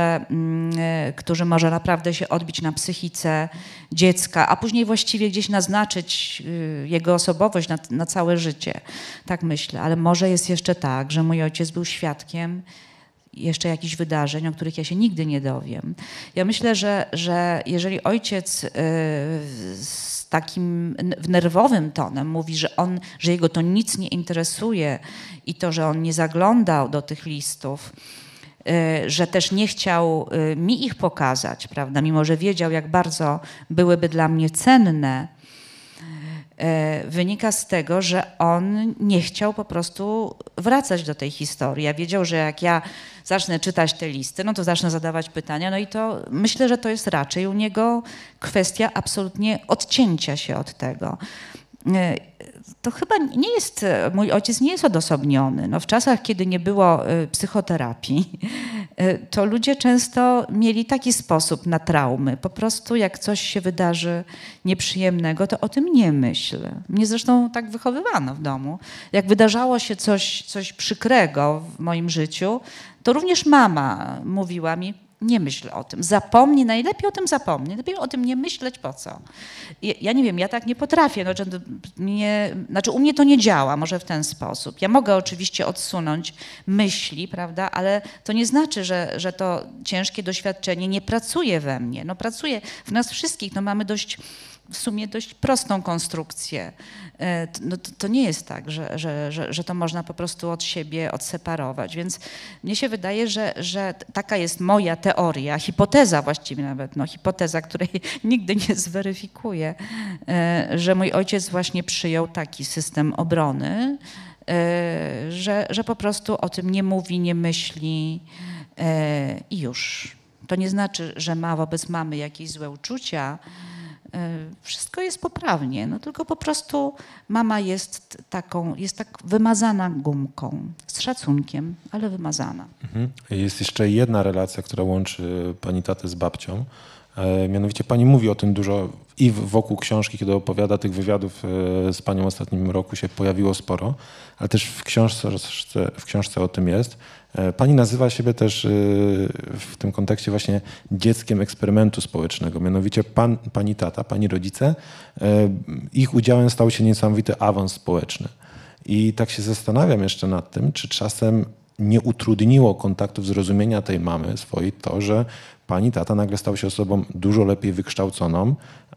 może naprawdę się odbić na psychice dziecka, a później właściwie gdzieś naznaczyć jego osobowość na całe życie. Tak myślę. Ale może jest jeszcze tak, że mój ojciec był świadkiem jeszcze jakichś wydarzeń, o których ja się nigdy nie dowiem. Ja myślę, że jeżeli ojciec z takim nerwowym tonem mówi, że jego to nic nie interesuje i to, że on nie zaglądał do tych listów, że też nie chciał mi ich pokazać, prawda, mimo że wiedział, jak bardzo byłyby dla mnie cenne, wynika z tego, że on nie chciał po prostu wracać do tej historii. Ja wiedział, że jak ja zacznę czytać te listy, no to zacznę zadawać pytania, no i to myślę, że to jest raczej u niego kwestia absolutnie odcięcia się od tego. To chyba nie jest, mój ojciec nie jest odosobniony. No w czasach, kiedy nie było psychoterapii, to ludzie często mieli taki sposób na traumy. Po prostu jak coś się wydarzy nieprzyjemnego, to o tym nie myśl. Mnie zresztą tak wychowywano w domu. Jak wydarzało się coś przykrego w moim życiu, to również mama mówiła mi, nie myśl o tym, zapomnij, najlepiej o tym zapomnij, lepiej o tym nie myśleć, po co. Ja nie wiem, ja tak nie potrafię, znaczy u mnie to nie działa, może w ten sposób. Ja mogę oczywiście odsunąć myśli, prawda, ale to nie znaczy, że to ciężkie doświadczenie nie pracuje we mnie. No pracuje w nas wszystkich, no mamy w sumie dość prostą konstrukcję. No, to nie jest tak, że to można po prostu od siebie odseparować. Więc mnie się wydaje, że taka jest moja teoria, hipoteza właściwie nawet, no, hipoteza, której nigdy nie zweryfikuję, że mój ojciec właśnie przyjął taki system obrony, że po prostu o tym nie mówi, nie myśli i już. To nie znaczy, że ma wobec mamy jakieś złe uczucia. Wszystko jest poprawnie, no tylko po prostu mama jest tak wymazana gumką, z szacunkiem, ale wymazana. Jest jeszcze jedna relacja, która łączy pani tatę z babcią. Mianowicie pani mówi o tym dużo i wokół książki, kiedy opowiada, tych wywiadów z panią w ostatnim roku się pojawiło sporo, ale też w książce o tym jest. Pani nazywa siebie też w tym kontekście właśnie dzieckiem eksperymentu społecznego. Mianowicie pani tata, pani rodzice, ich udziałem stał się niesamowity awans społeczny. I tak się zastanawiam jeszcze nad tym, czy czasem nie utrudniło kontaktów, zrozumienia tej mamy swojej to, że pani tata nagle stał się osobą dużo lepiej wykształconą.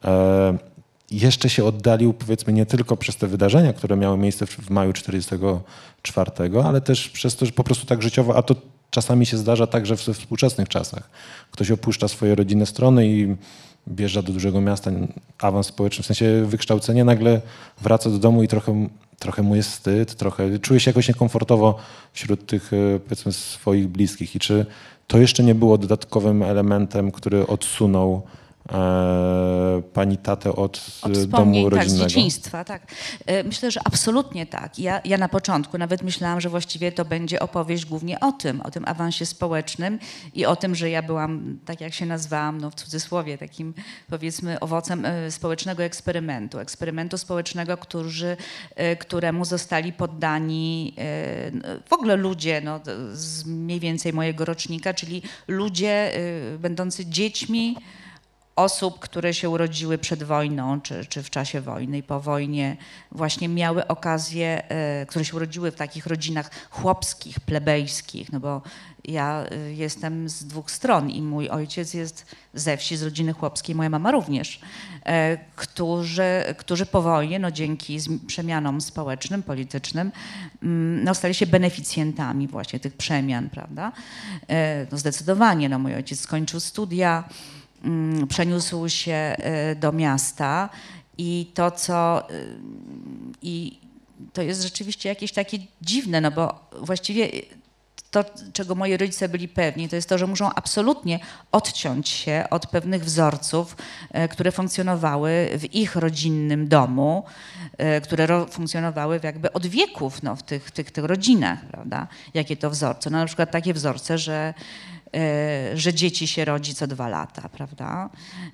Jeszcze się oddalił, powiedzmy, nie tylko przez te wydarzenia, które miały miejsce w maju 1944, ale też przez to, że po prostu tak życiowo, a to czasami się zdarza także we współczesnych czasach. Ktoś opuszcza swoje rodzinne strony i wjeżdża do dużego miasta, awans społeczny, w sensie wykształcenie, nagle wraca do domu i trochę mu jest wstyd, czuje się jakoś niekomfortowo wśród tych, powiedzmy, swoich bliskich. I czy to jeszcze nie było dodatkowym elementem, który odsunął pani tatę od domu rodzinnego? Tak, z dzieciństwa, tak. Myślę, że absolutnie tak. Ja na początku nawet myślałam, że właściwie to będzie opowieść głównie o tym awansie społecznym i o tym, że ja byłam, tak jak się nazwałam, no w cudzysłowie, takim, powiedzmy, owocem społecznego eksperymentu społecznego, któremu zostali poddani w ogóle ludzie no, z mniej więcej mojego rocznika, czyli ludzie będący dziećmi osób, które się urodziły przed wojną, czy w czasie wojny i po wojnie, właśnie miały okazję, które się urodziły w takich rodzinach chłopskich, plebejskich, no bo ja jestem z dwóch stron i mój ojciec jest ze wsi, z rodziny chłopskiej, moja mama również, którzy po wojnie, no dzięki przemianom społecznym, politycznym, no stali się beneficjentami właśnie tych przemian, prawda? No zdecydowanie, no mój ojciec skończył studia, przeniósł się do miasta i to jest rzeczywiście jakieś takie dziwne, no bo właściwie to, czego moi rodzice byli pewni, to jest to, że muszą absolutnie odciąć się od pewnych wzorców, które funkcjonowały w ich rodzinnym domu, które funkcjonowały jakby od wieków w tych rodzinach, prawda? Jakie to wzorce? No na przykład takie wzorce, że dzieci się rodzi co 2 lata, prawda?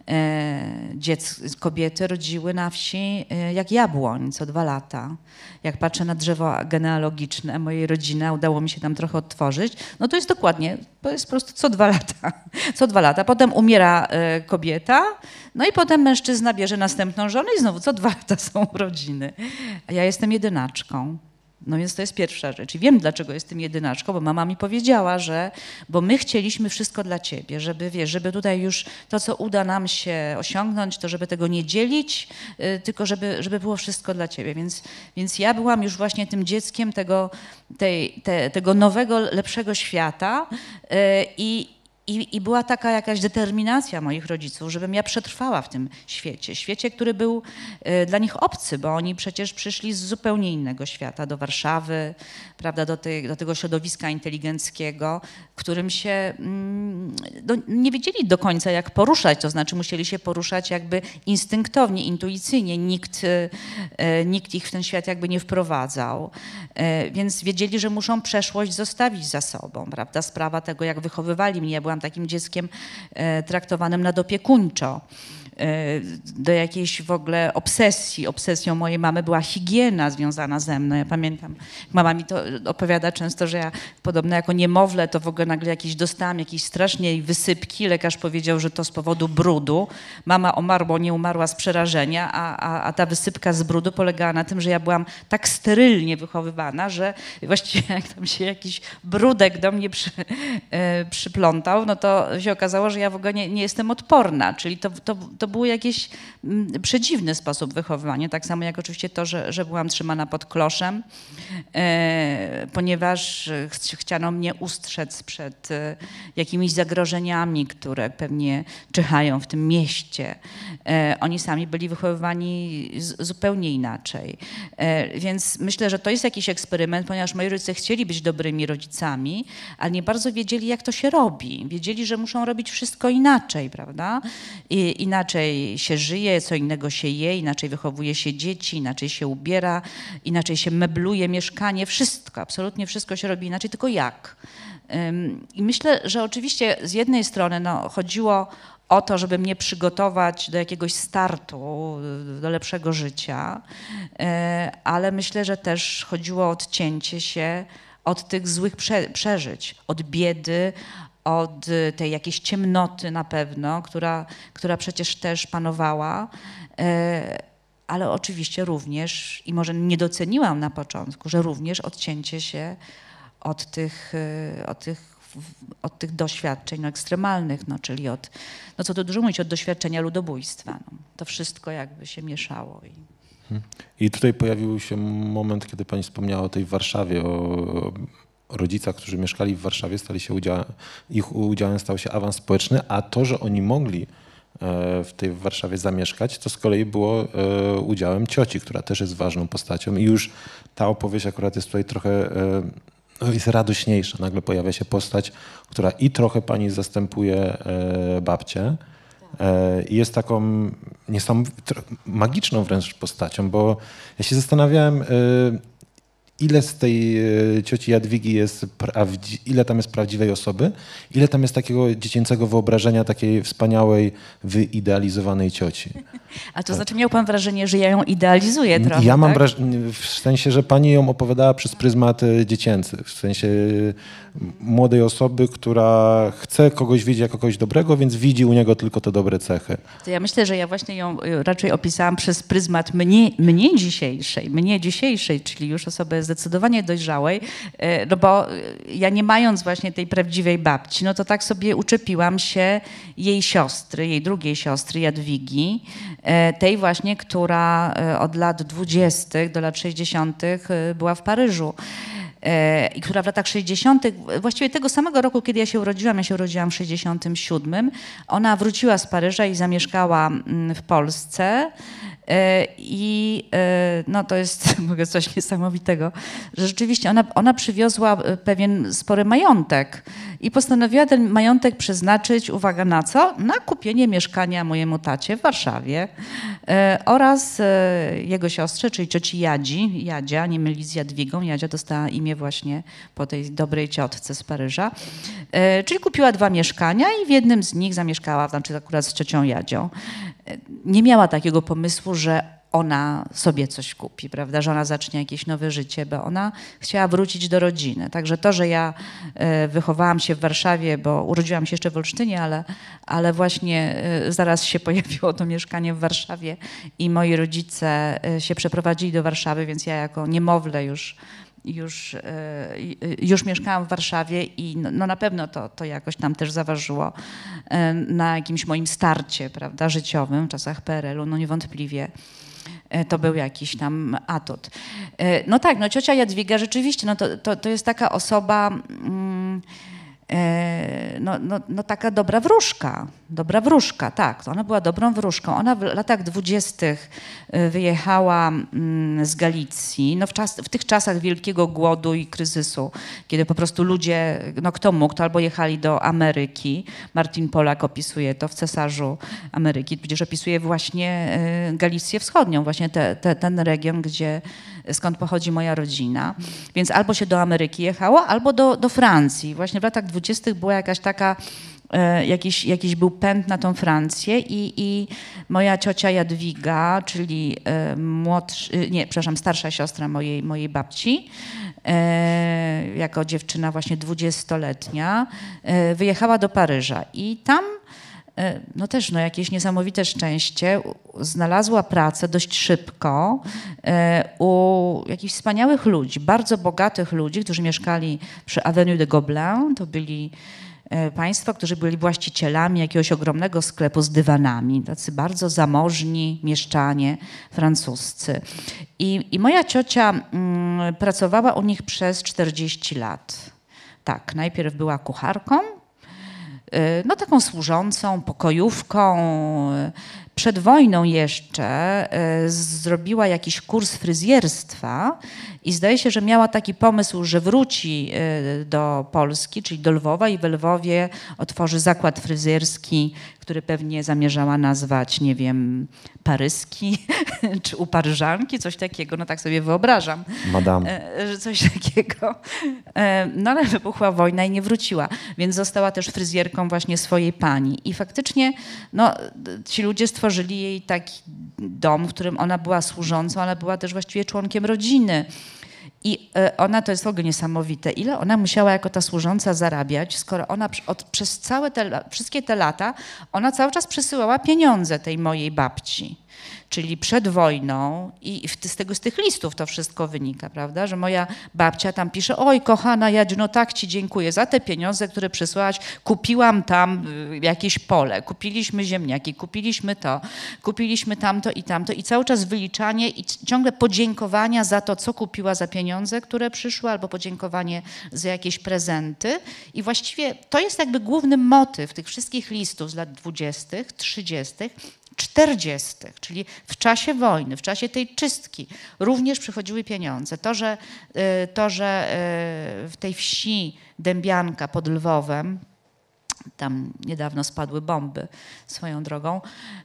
Kobiety rodziły na wsi jak jabłoń co 2 lata. Jak patrzę na drzewo genealogiczne mojej rodziny, udało mi się tam trochę odtworzyć, no to jest dokładnie, to jest po prostu co 2 lata. Co 2 lata. Potem umiera kobieta, no i potem mężczyzna bierze następną żonę i znowu co 2 lata są rodziny. A ja jestem jedynaczką. No więc to jest pierwsza rzecz. I wiem, dlaczego jestem jedynaczką, bo mama mi powiedziała, bo my chcieliśmy wszystko dla ciebie, żeby, wiesz, żeby tutaj już to, co uda nam się osiągnąć, to żeby tego nie dzielić, tylko żeby było wszystko dla ciebie. Więc ja byłam już właśnie tym dzieckiem tego nowego, lepszego świata i była taka jakaś determinacja moich rodziców, żebym ja przetrwała w tym świecie, który był dla nich obcy, bo oni przecież przyszli z zupełnie innego świata, do Warszawy, prawda, do tego środowiska inteligenckiego, w którym się nie wiedzieli do końca, jak poruszać, to znaczy musieli się poruszać jakby instynktownie, intuicyjnie, nikt ich w ten świat jakby nie wprowadzał, więc wiedzieli, że muszą przeszłość zostawić za sobą, prawda, sprawa tego, jak wychowywali mnie. Ja byłam takim dzieckiem traktowanym nadopiekuńczo, do jakiejś w ogóle obsesji. Obsesją mojej mamy była higiena związana ze mną. Ja pamiętam, mama mi to opowiada często, że ja podobno jako niemowlę to w ogóle nagle dostałam jakieś strasznej wysypki. Lekarz powiedział, że to z powodu brudu. Mama umarła, nie umarła z przerażenia, a ta wysypka z brudu polegała na tym, że ja byłam tak sterylnie wychowywana, że właściwie jak tam się jakiś brudek do mnie przyplątał, no to się okazało, że ja w ogóle nie jestem odporna, czyli to był jakiś przedziwny sposób wychowywania, tak samo jak oczywiście to, że byłam trzymana pod kloszem, ponieważ chciano mnie ustrzec przed jakimiś zagrożeniami, które pewnie czyhają w tym mieście. Oni sami byli wychowywani zupełnie inaczej. Więc myślę, że to jest jakiś eksperyment, ponieważ moi rodzice chcieli być dobrymi rodzicami, ale nie bardzo wiedzieli, jak to się robi. Wiedzieli, że muszą robić wszystko inaczej, prawda? Inaczej się żyje, co innego się je, inaczej wychowuje się dzieci, inaczej się ubiera, inaczej się mebluje mieszkanie, wszystko, absolutnie wszystko się robi inaczej, tylko jak. I myślę, że oczywiście z jednej strony chodziło o to, żeby mnie przygotować do jakiegoś startu, do lepszego życia, ale myślę, że też chodziło o odcięcie się od tych złych przeżyć, od biedy, od tej jakiejś ciemnoty na pewno, która przecież też panowała, ale oczywiście również, i może nie doceniłam na początku, że również odcięcie się od tych doświadczeń ekstremalnych, czyli co tu dużo mówić, od doświadczenia ludobójstwa. To wszystko jakby się mieszało. I tutaj pojawił się moment, kiedy pani wspomniała o tej Warszawie, o rodzicach, którzy mieszkali w Warszawie, ich udziałem stał się awans społeczny, a to, że oni mogli w tej Warszawie zamieszkać, to z kolei było udziałem cioci, która też jest ważną postacią i już ta opowieść akurat jest tutaj trochę jest radośniejsza. Nagle pojawia się postać, która i trochę pani zastępuje babcię i jest taką magiczną wręcz postacią, bo ja się zastanawiałem, ile z tej cioci Jadwigi jest ile tam jest prawdziwej osoby, ile tam jest takiego dziecięcego wyobrażenia takiej wspaniałej, wyidealizowanej cioci. A to znaczy miał pan wrażenie, że ja ją idealizuję trochę, ja mam tak? wrażenie, w sensie, że pani ją opowiadała przez pryzmat dziecięcy, w sensie młodej osoby, która chce kogoś widzieć jako kogoś dobrego, więc widzi u niego tylko te dobre cechy. To ja myślę, że ja właśnie ją raczej opisałam przez pryzmat mnie dzisiejszej, czyli już osoby zdecydowanie dojrzałej, no bo ja nie mając właśnie tej prawdziwej babci, no to tak sobie uczepiłam się jej siostry, jej drugiej siostry Jadwigi, tej właśnie, która od lat 20. do lat 60. była w Paryżu. I która w latach 60., właściwie tego samego roku, kiedy ja się urodziłam w 67, ona wróciła z Paryża i zamieszkała w Polsce. I no to jest mogę coś niesamowitego, że rzeczywiście ona przywiozła pewien spory majątek i postanowiła ten majątek przeznaczyć, uwaga na co? Na kupienie mieszkania mojemu tacie w Warszawie oraz jego siostrze, czyli cioci Jadzia, nie mylić z Jadwigą. Jadzia dostała imię właśnie po tej dobrej ciotce z Paryża. Czyli kupiła 2 mieszkania i w jednym z nich zamieszkała, znaczy akurat z ciocią Jadzią. Nie miała takiego pomysłu, że ona sobie coś kupi, prawda, że ona zacznie jakieś nowe życie, bo ona chciała wrócić do rodziny. Także to, że ja wychowałam się w Warszawie, bo urodziłam się jeszcze w Olsztynie, ale właśnie zaraz się pojawiło to mieszkanie w Warszawie i moi rodzice się przeprowadzili do Warszawy, więc ja jako niemowlę już mieszkałam w Warszawie i no na pewno to jakoś tam też zaważyło na jakimś moim starcie, prawda, życiowym w czasach PRL-u, no niewątpliwie. To był jakiś tam atut. No tak, no ciocia Jadwiga rzeczywiście, no to jest taka osoba, no taka dobra wróżka, tak. Ona była dobrą wróżką. Ona w latach 20. wyjechała z Galicji, no w tych czasach wielkiego głodu i kryzysu, kiedy po prostu ludzie, no kto mógł, to albo jechali do Ameryki. Martin Polak opisuje to w Cesarzu Ameryki, przecież opisuje właśnie Galicję Wschodnią, właśnie ten region, skąd pochodzi moja rodzina. Więc albo się do Ameryki jechało, albo do Francji. Właśnie w latach 20. była jakaś taka, jakiś był pęd na tą Francję i moja ciocia Jadwiga, czyli starsza siostra mojej babci, jako dziewczyna właśnie 20-letnia, wyjechała do Paryża i tam no też jakieś niesamowite szczęście, znalazła pracę dość szybko u jakichś wspaniałych ludzi, bardzo bogatych ludzi, którzy mieszkali przy Avenue de Gobelin. To byli państwo, którzy byli właścicielami jakiegoś ogromnego sklepu z dywanami, tacy bardzo zamożni mieszczanie francuscy. I moja ciocia pracowała u nich przez 40 lat. Tak, najpierw była kucharką, no taką służącą, pokojówką. Przed wojną jeszcze zrobiła jakiś kurs fryzjerstwa i zdaje się, że miała taki pomysł, że wróci do Polski, czyli do Lwowa i we Lwowie otworzy zakład fryzjerski, który pewnie zamierzała nazwać, nie wiem, paryski czy u Paryżanki, coś takiego, no tak sobie wyobrażam. Madame. Że coś takiego. No ale wybuchła wojna i nie wróciła, więc została też fryzjerką właśnie swojej pani. I faktycznie no, ci ludzie stworzyli jej taki dom, w którym ona była służącą, ale była też właściwie członkiem rodziny. I ona, to jest w ogóle niesamowite, ile ona musiała jako ta służąca zarabiać, skoro ona przez wszystkie te lata, ona cały czas przesyłała pieniądze tej mojej babci. Czyli przed wojną i z tych listów to wszystko wynika, prawda, że moja babcia tam pisze: oj kochana Jadziu, no tak ci dziękuję za te pieniądze, które przysłałaś, kupiłam tam jakieś pole, kupiliśmy ziemniaki, kupiliśmy to, kupiliśmy tamto i cały czas wyliczanie i ciągle podziękowania za to, co kupiła za pieniądze, które przyszły, albo podziękowanie za jakieś prezenty i właściwie to jest jakby główny motyw tych wszystkich listów z lat 20., 30., 40., czyli w czasie wojny, w czasie tej czystki również przychodziły pieniądze. To, że w tej wsi Dębianka pod Lwowem, tam niedawno spadły bomby swoją drogą,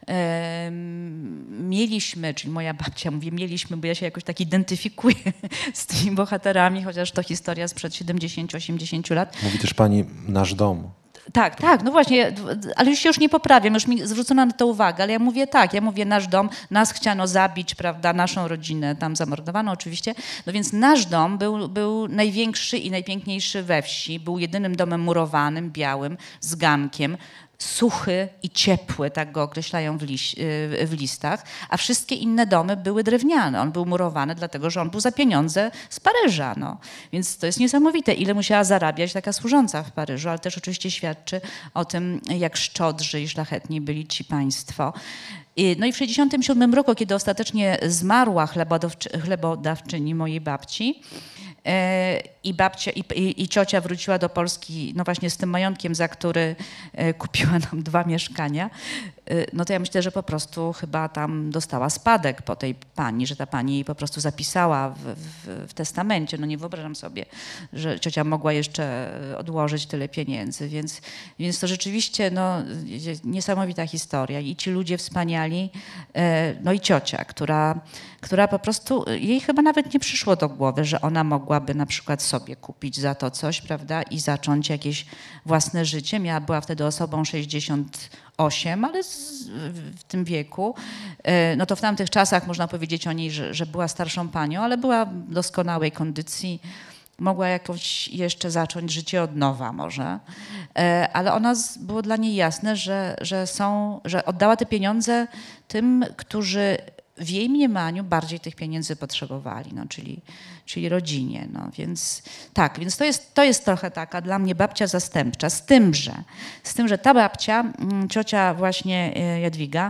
mieliśmy, czyli moja babcia mówi mieliśmy, bo ja się jakoś tak identyfikuję z tymi bohaterami, chociaż to historia sprzed 70-80 lat. Mówi też pani nasz dom. Tak, no właśnie, ale już się nie poprawiam, już mi zwrócono na to uwagę, ale ja mówię nasz dom, nas chciano zabić, prawda, naszą rodzinę tam zamordowano oczywiście, no więc nasz dom był największy i najpiękniejszy we wsi, był jedynym domem murowanym, białym, z gankiem, suchy i ciepły, tak go określają w listach, a wszystkie inne domy były drewniane. On był murowany, dlatego że on był za pieniądze z Paryża. No. Więc to jest niesamowite, ile musiała zarabiać taka służąca w Paryżu, ale też oczywiście świadczy o tym, jak szczodrzy i szlachetni byli ci państwo. No i w 1967 roku, kiedy ostatecznie zmarła chlebodawczyni mojej babci, i babcia i ciocia wróciła do Polski no właśnie z tym majątkiem, za który kupiła nam 2 mieszkania. no to ja myślę, że po prostu chyba tam dostała spadek po tej pani, że ta pani jej po prostu zapisała w testamencie. No nie wyobrażam sobie, że ciocia mogła jeszcze odłożyć tyle pieniędzy, więc to rzeczywiście no, niesamowita historia i ci ludzie wspaniali, no i ciocia, która po prostu, jej chyba nawet nie przyszło do głowy, że ona mogłaby na przykład sobie kupić za to coś, prawda, i zacząć jakieś własne życie. Była wtedy osobą 68, ale w tym wieku, no to w tamtych czasach można powiedzieć o niej, że była starszą panią, ale była w doskonałej kondycji. Mogła jakoś jeszcze zacząć życie od nowa może, ale było dla niej jasne, że oddała te pieniądze tym, którzy w jej mniemaniu bardziej tych pieniędzy potrzebowali, no, czyli rodzinie. No, więc tak, więc to jest trochę taka dla mnie babcia zastępcza, z tym, że ta babcia, ciocia właśnie Jadwiga,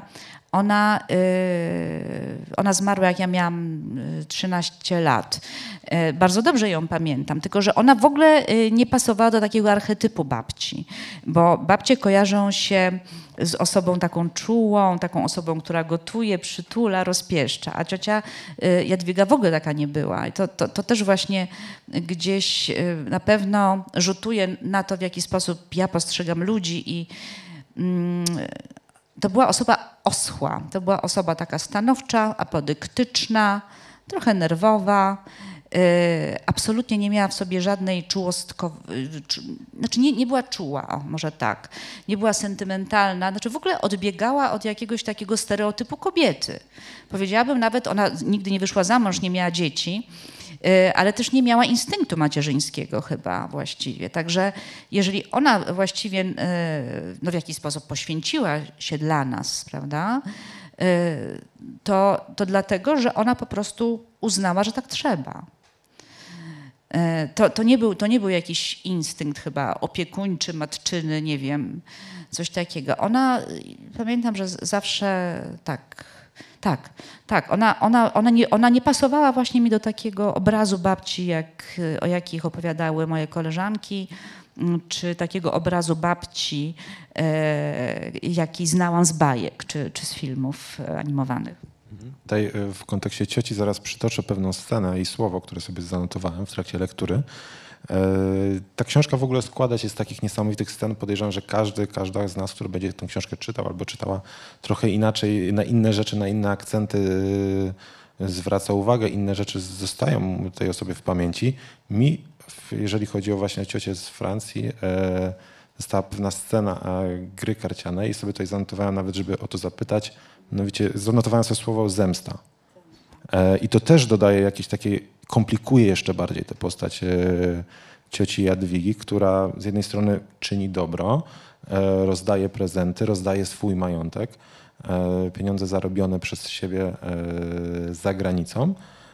ona zmarła, jak ja miałam 13 lat. Bardzo dobrze ją pamiętam, tylko że ona w ogóle nie pasowała do takiego archetypu babci, bo babcie kojarzą się z osobą taką czułą, taką osobą, która gotuje, przytula, rozpieszcza, a ciocia Jadwiga w ogóle taka nie była. I to też właśnie gdzieś na pewno rzutuje na to, w jaki sposób ja postrzegam ludzi i to była osoba oschła, to była osoba taka stanowcza, apodyktyczna, trochę nerwowa, absolutnie nie miała w sobie żadnej znaczy nie była czuła, o, może tak, nie była sentymentalna, znaczy w ogóle odbiegała od jakiegoś takiego stereotypu kobiety. Powiedziałabym nawet, ona nigdy nie wyszła za mąż, nie miała dzieci, ale też nie miała instynktu macierzyńskiego chyba właściwie. Także jeżeli ona właściwie no w jakiś sposób poświęciła się dla nas, prawda, to dlatego, że ona po prostu uznała, że tak trzeba. To nie był jakiś instynkt chyba opiekuńczy, matczyny, nie wiem, coś takiego. Pamiętam, że zawsze ona nie pasowała właśnie mi do takiego obrazu babci, o jakich opowiadały moje koleżanki, czy takiego obrazu babci, jaki znałam z bajek, czy z filmów animowanych. Tutaj w kontekście cioci zaraz przytoczę pewną scenę i słowo, które sobie zanotowałem w trakcie lektury. Ta książka w ogóle składa się z takich niesamowitych scen. Podejrzewam, że każda z nas, która będzie tę książkę czytał albo czytała trochę inaczej, na inne rzeczy, na inne akcenty zwraca uwagę, inne rzeczy zostają tej osobie w pamięci. Mi, jeżeli chodzi o właśnie ciocię z Francji, została pewna scena gry karcianej i sobie tutaj zanotowałem nawet, żeby o to zapytać. Mianowicie zanotowałem sobie słowo zemsta. I to też dodaje jakieś takie, komplikuje jeszcze bardziej tę postać cioci Jadwigi, która z jednej strony czyni dobro, rozdaje prezenty, rozdaje swój majątek, pieniądze zarobione przez siebie za granicą,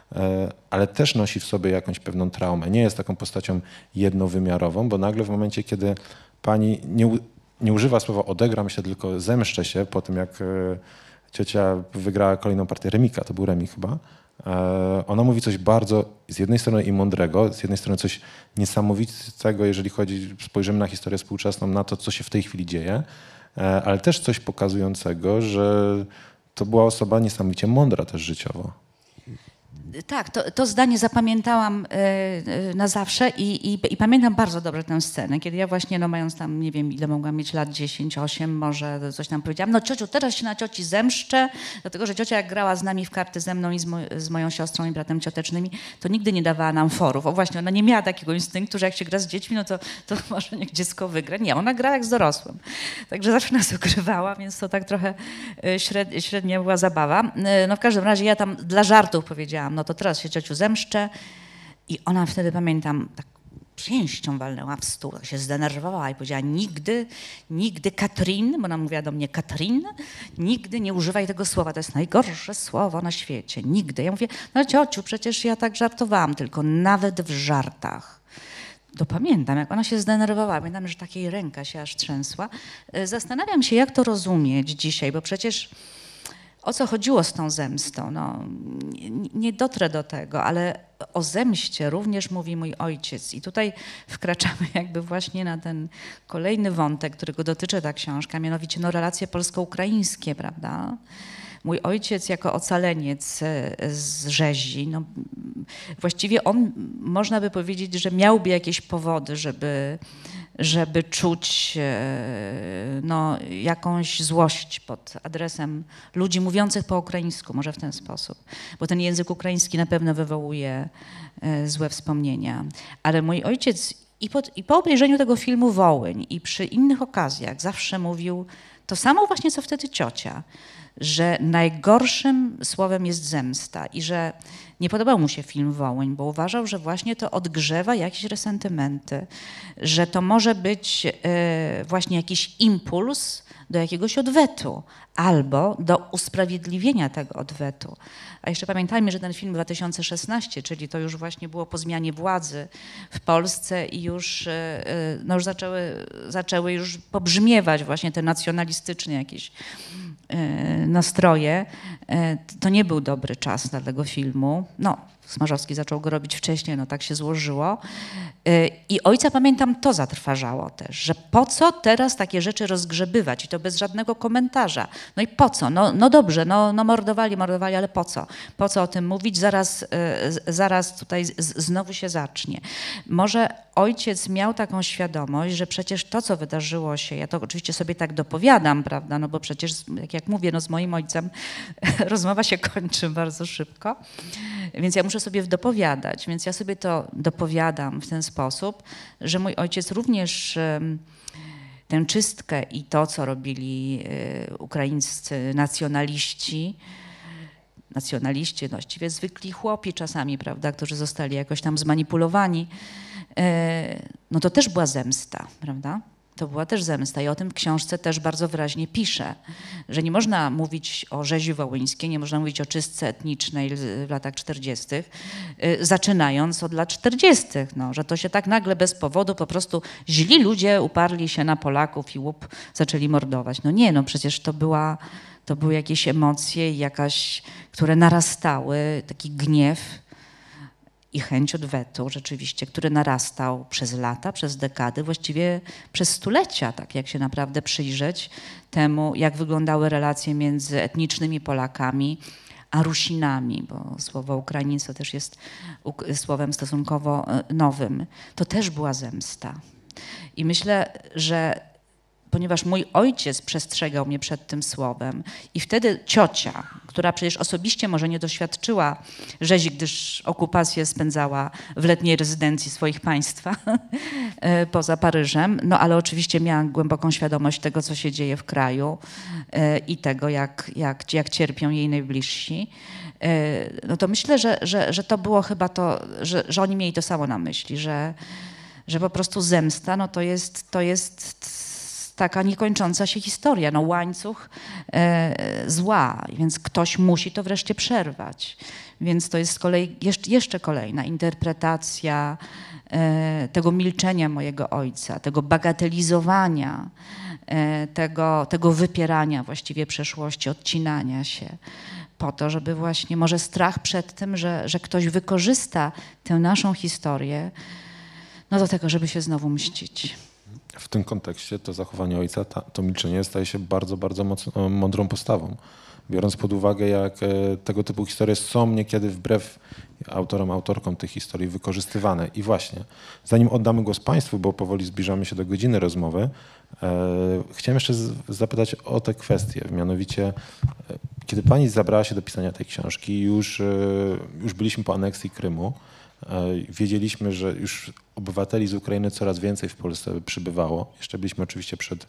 ale też nosi w sobie jakąś pewną traumę. Nie jest taką postacią jednowymiarową, bo nagle w momencie, kiedy pani nie używa słowa odegram się, tylko zemszczę się po tym, jak ciocia wygrała kolejną partię remika, to był remik chyba. Ona mówi coś bardzo z jednej strony i mądrego, z jednej strony coś niesamowitego, jeżeli spojrzymy na historię współczesną, na to, co się w tej chwili dzieje, ale też coś pokazującego, że to była osoba niesamowicie mądra też życiowo. Tak, to zdanie zapamiętałam na zawsze i pamiętam bardzo dobrze tę scenę, kiedy ja właśnie, no mając tam, nie wiem ile mogłam mieć lat, 10, 8, może coś tam powiedziałam, no ciociu, teraz się na cioci zemszczę, dlatego że ciocia jak grała z nami w karty ze mną i z moją siostrą i bratem ciotecznymi, to nigdy nie dawała nam forów. O właśnie, ona nie miała takiego instynktu, że jak się gra z dziećmi, no to może niech dziecko wygra. Nie, ona gra jak z dorosłym. Także zawsze nas ukrywała, więc to tak trochę średnia była zabawa. No w każdym razie ja tam dla żartów powiedziałam, no to teraz się ciociu zemszczę i ona wtedy, pamiętam, tak pięścią walnęła w stół, się zdenerwowała i powiedziała nigdy Katrin, bo ona mówiła do mnie Katrin, nigdy nie używaj tego słowa, to jest najgorsze słowo na świecie, nigdy. Ja mówię, no ciociu, przecież ja tak żartowałam, tylko nawet w żartach. To pamiętam, jak ona się zdenerwowała, pamiętam, że takiej ręka się aż trzęsła. Zastanawiam się, jak to rozumieć dzisiaj, bo przecież o co chodziło z tą zemstą? No, nie dotrę do tego, ale o zemście również mówi mój ojciec. I tutaj wkraczamy jakby właśnie na ten kolejny wątek, którego dotyczy ta książka, mianowicie no, relacje polsko-ukraińskie, prawda? Mój ojciec jako ocaleniec z rzezi, no, właściwie on, można by powiedzieć, że miałby jakieś powody, żeby czuć no, jakąś złość pod adresem ludzi mówiących po ukraińsku, może w ten sposób, bo ten język ukraiński na pewno wywołuje złe wspomnienia. Ale mój ojciec i po obejrzeniu tego filmu Wołyń i przy innych okazjach zawsze mówił to samo właśnie, co wtedy ciocia, że najgorszym słowem jest zemsta i że nie podobał mu się film Wołyń, bo uważał, że właśnie to odgrzewa jakieś resentymenty, że to może być właśnie jakiś impuls do jakiegoś odwetu albo do usprawiedliwienia tego odwetu. A jeszcze pamiętajmy, że ten film 2016, czyli to już właśnie było po zmianie władzy w Polsce i już, no już zaczęły już pobrzmiewać właśnie te nacjonalistyczne jakieś nastroje. To nie był dobry czas dla tego filmu. No, Smarzowski zaczął go robić wcześniej, no tak się złożyło. I ojca, pamiętam, to zatrważało też, że po co teraz takie rzeczy rozgrzebywać i to bez żadnego komentarza. No i po co? No dobrze, no mordowali, ale po co? Po co o tym mówić? Zaraz tutaj znowu się zacznie. Może ojciec miał taką świadomość, że przecież to, co wydarzyło się, ja to oczywiście sobie tak dopowiadam, prawda, no bo przecież, jak mówię, no z moim ojcem rozmowa się kończy bardzo szybko, więc ja muszę sobie dopowiadać, więc ja sobie to dopowiadam w ten sposób, że mój ojciec również tę czystkę i to, co robili ukraińscy nacjonaliści, właściwie zwykli chłopi czasami, prawda, którzy zostali jakoś tam zmanipulowani, no to też była zemsta, prawda? To była też zemsta i o tym w książce też bardzo wyraźnie pisze, że nie można mówić o rzezi wołyńskiej, nie można mówić o czystce etnicznej w latach 40., zaczynając od lat 40., no, że to się tak nagle bez powodu po prostu źli ludzie uparli się na Polaków i łup zaczęli mordować. No nie, no przecież to były jakieś emocje, które narastały, taki gniew i chęć odwetu rzeczywiście, który narastał przez lata, przez dekady, właściwie przez stulecia, tak jak się naprawdę przyjrzeć temu, jak wyglądały relacje między etnicznymi Polakami a Rusinami, bo słowo Ukraińcy to też jest słowem stosunkowo nowym. To też była zemsta. I myślę, że ponieważ mój ojciec przestrzegał mnie przed tym słowem i wtedy ciocia, która przecież osobiście może nie doświadczyła rzezi, gdyż okupację spędzała w letniej rezydencji swoich państwa poza Paryżem, no ale oczywiście miała głęboką świadomość tego, co się dzieje w kraju i tego, jak cierpią jej najbliżsi. No to myślę, że to było chyba to, że oni mieli to samo na myśli, że po prostu zemsta, no to jest taka niekończąca się historia, no łańcuch zła, więc ktoś musi to wreszcie przerwać. Więc to jest z kolei jeszcze kolejna interpretacja tego milczenia mojego ojca, tego bagatelizowania, tego wypierania właściwie przeszłości, odcinania się po to, żeby właśnie może strach przed tym, że ktoś wykorzysta tę naszą historię no do tego, żeby się znowu mścić. W tym kontekście to zachowanie ojca, to milczenie staje się bardzo, bardzo mądrą postawą. Biorąc pod uwagę, jak tego typu historie są niekiedy wbrew autorkom tych historii wykorzystywane. I właśnie, zanim oddamy głos Państwu, bo powoli zbliżamy się do godziny rozmowy, chciałem jeszcze zapytać o tę kwestię. Mianowicie, kiedy Pani zabrała się do pisania tej książki, już byliśmy po aneksji Krymu, wiedzieliśmy, że już obywateli z Ukrainy coraz więcej w Polsce przybywało. Jeszcze byliśmy oczywiście przed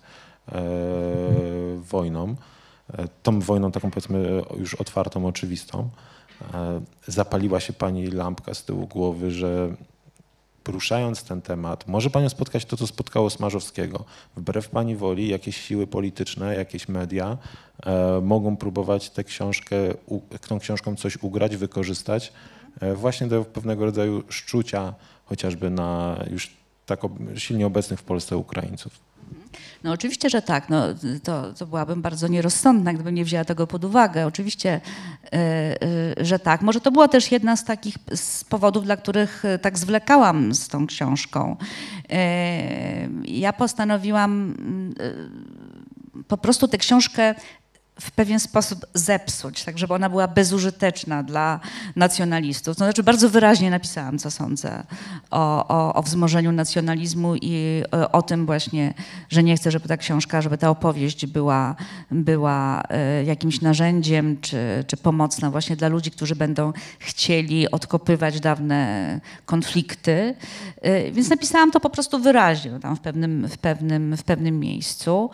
wojną. Tą wojną taką powiedzmy już otwartą, oczywistą. Zapaliła się Pani lampka z tyłu głowy, że poruszając ten temat, może Panią spotkać to, co spotkało Smarzowskiego. Wbrew Pani woli jakieś siły polityczne, jakieś media mogą próbować tą książką coś ugrać, wykorzystać właśnie do pewnego rodzaju szczucia chociażby na już tak silnie obecnych w Polsce Ukraińców. No oczywiście, że tak. No, to byłabym bardzo nierozsądna, gdybym nie wzięła tego pod uwagę. Oczywiście, że tak. Może to była też jedna z takich z powodów, dla których tak zwlekałam z tą książką. Ja postanowiłam po prostu tę książkę w pewien sposób zepsuć, tak żeby ona była bezużyteczna dla nacjonalistów. To znaczy bardzo wyraźnie napisałam, co sądzę o wzmożeniu nacjonalizmu i o tym właśnie, że nie chcę, żeby ta książka, żeby ta opowieść była jakimś narzędziem czy pomocna właśnie dla ludzi, którzy będą chcieli odkopywać dawne konflikty. Więc napisałam to po prostu wyraźnie, no, tam w pewnym miejscu.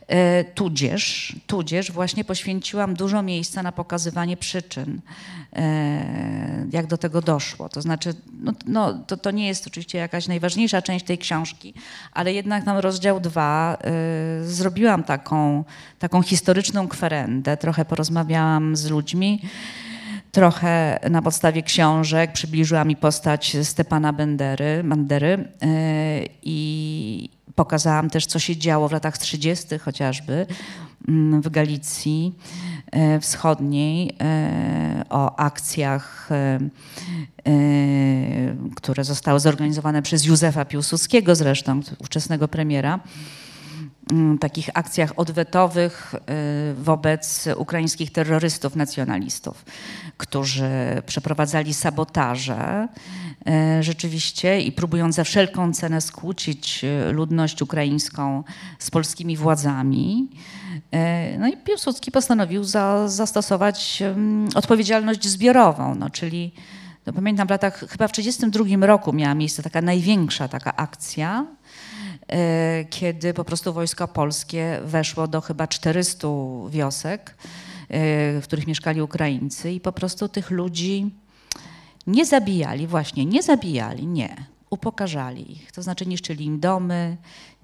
Tudzież właśnie poświęciłam dużo miejsca na pokazywanie przyczyn, jak do tego doszło. To znaczy, to nie jest oczywiście jakaś najważniejsza część tej książki, ale jednak tam rozdział 2 zrobiłam taką historyczną kwerendę, trochę porozmawiałam z ludźmi, trochę na podstawie książek przybliżyła mi postać Stepana Bandery i pokazałam też, co się działo w latach 30. chociażby w Galicji Wschodniej, o akcjach, które zostały zorganizowane przez Józefa Piłsudskiego zresztą, ówczesnego premiera, takich akcjach odwetowych wobec ukraińskich terrorystów, nacjonalistów, którzy przeprowadzali sabotaże rzeczywiście i próbując za wszelką cenę skłócić ludność ukraińską z polskimi władzami. No i Piłsudski postanowił zastosować odpowiedzialność zbiorową, no, czyli no, pamiętam w latach, chyba w 1932 roku miała miejsce taka największa taka akcja, kiedy po prostu wojsko polskie weszło do chyba 400 wiosek, w których mieszkali Ukraińcy i po prostu tych ludzi nie zabijali, nie. Upokarzali ich, to znaczy niszczyli im domy,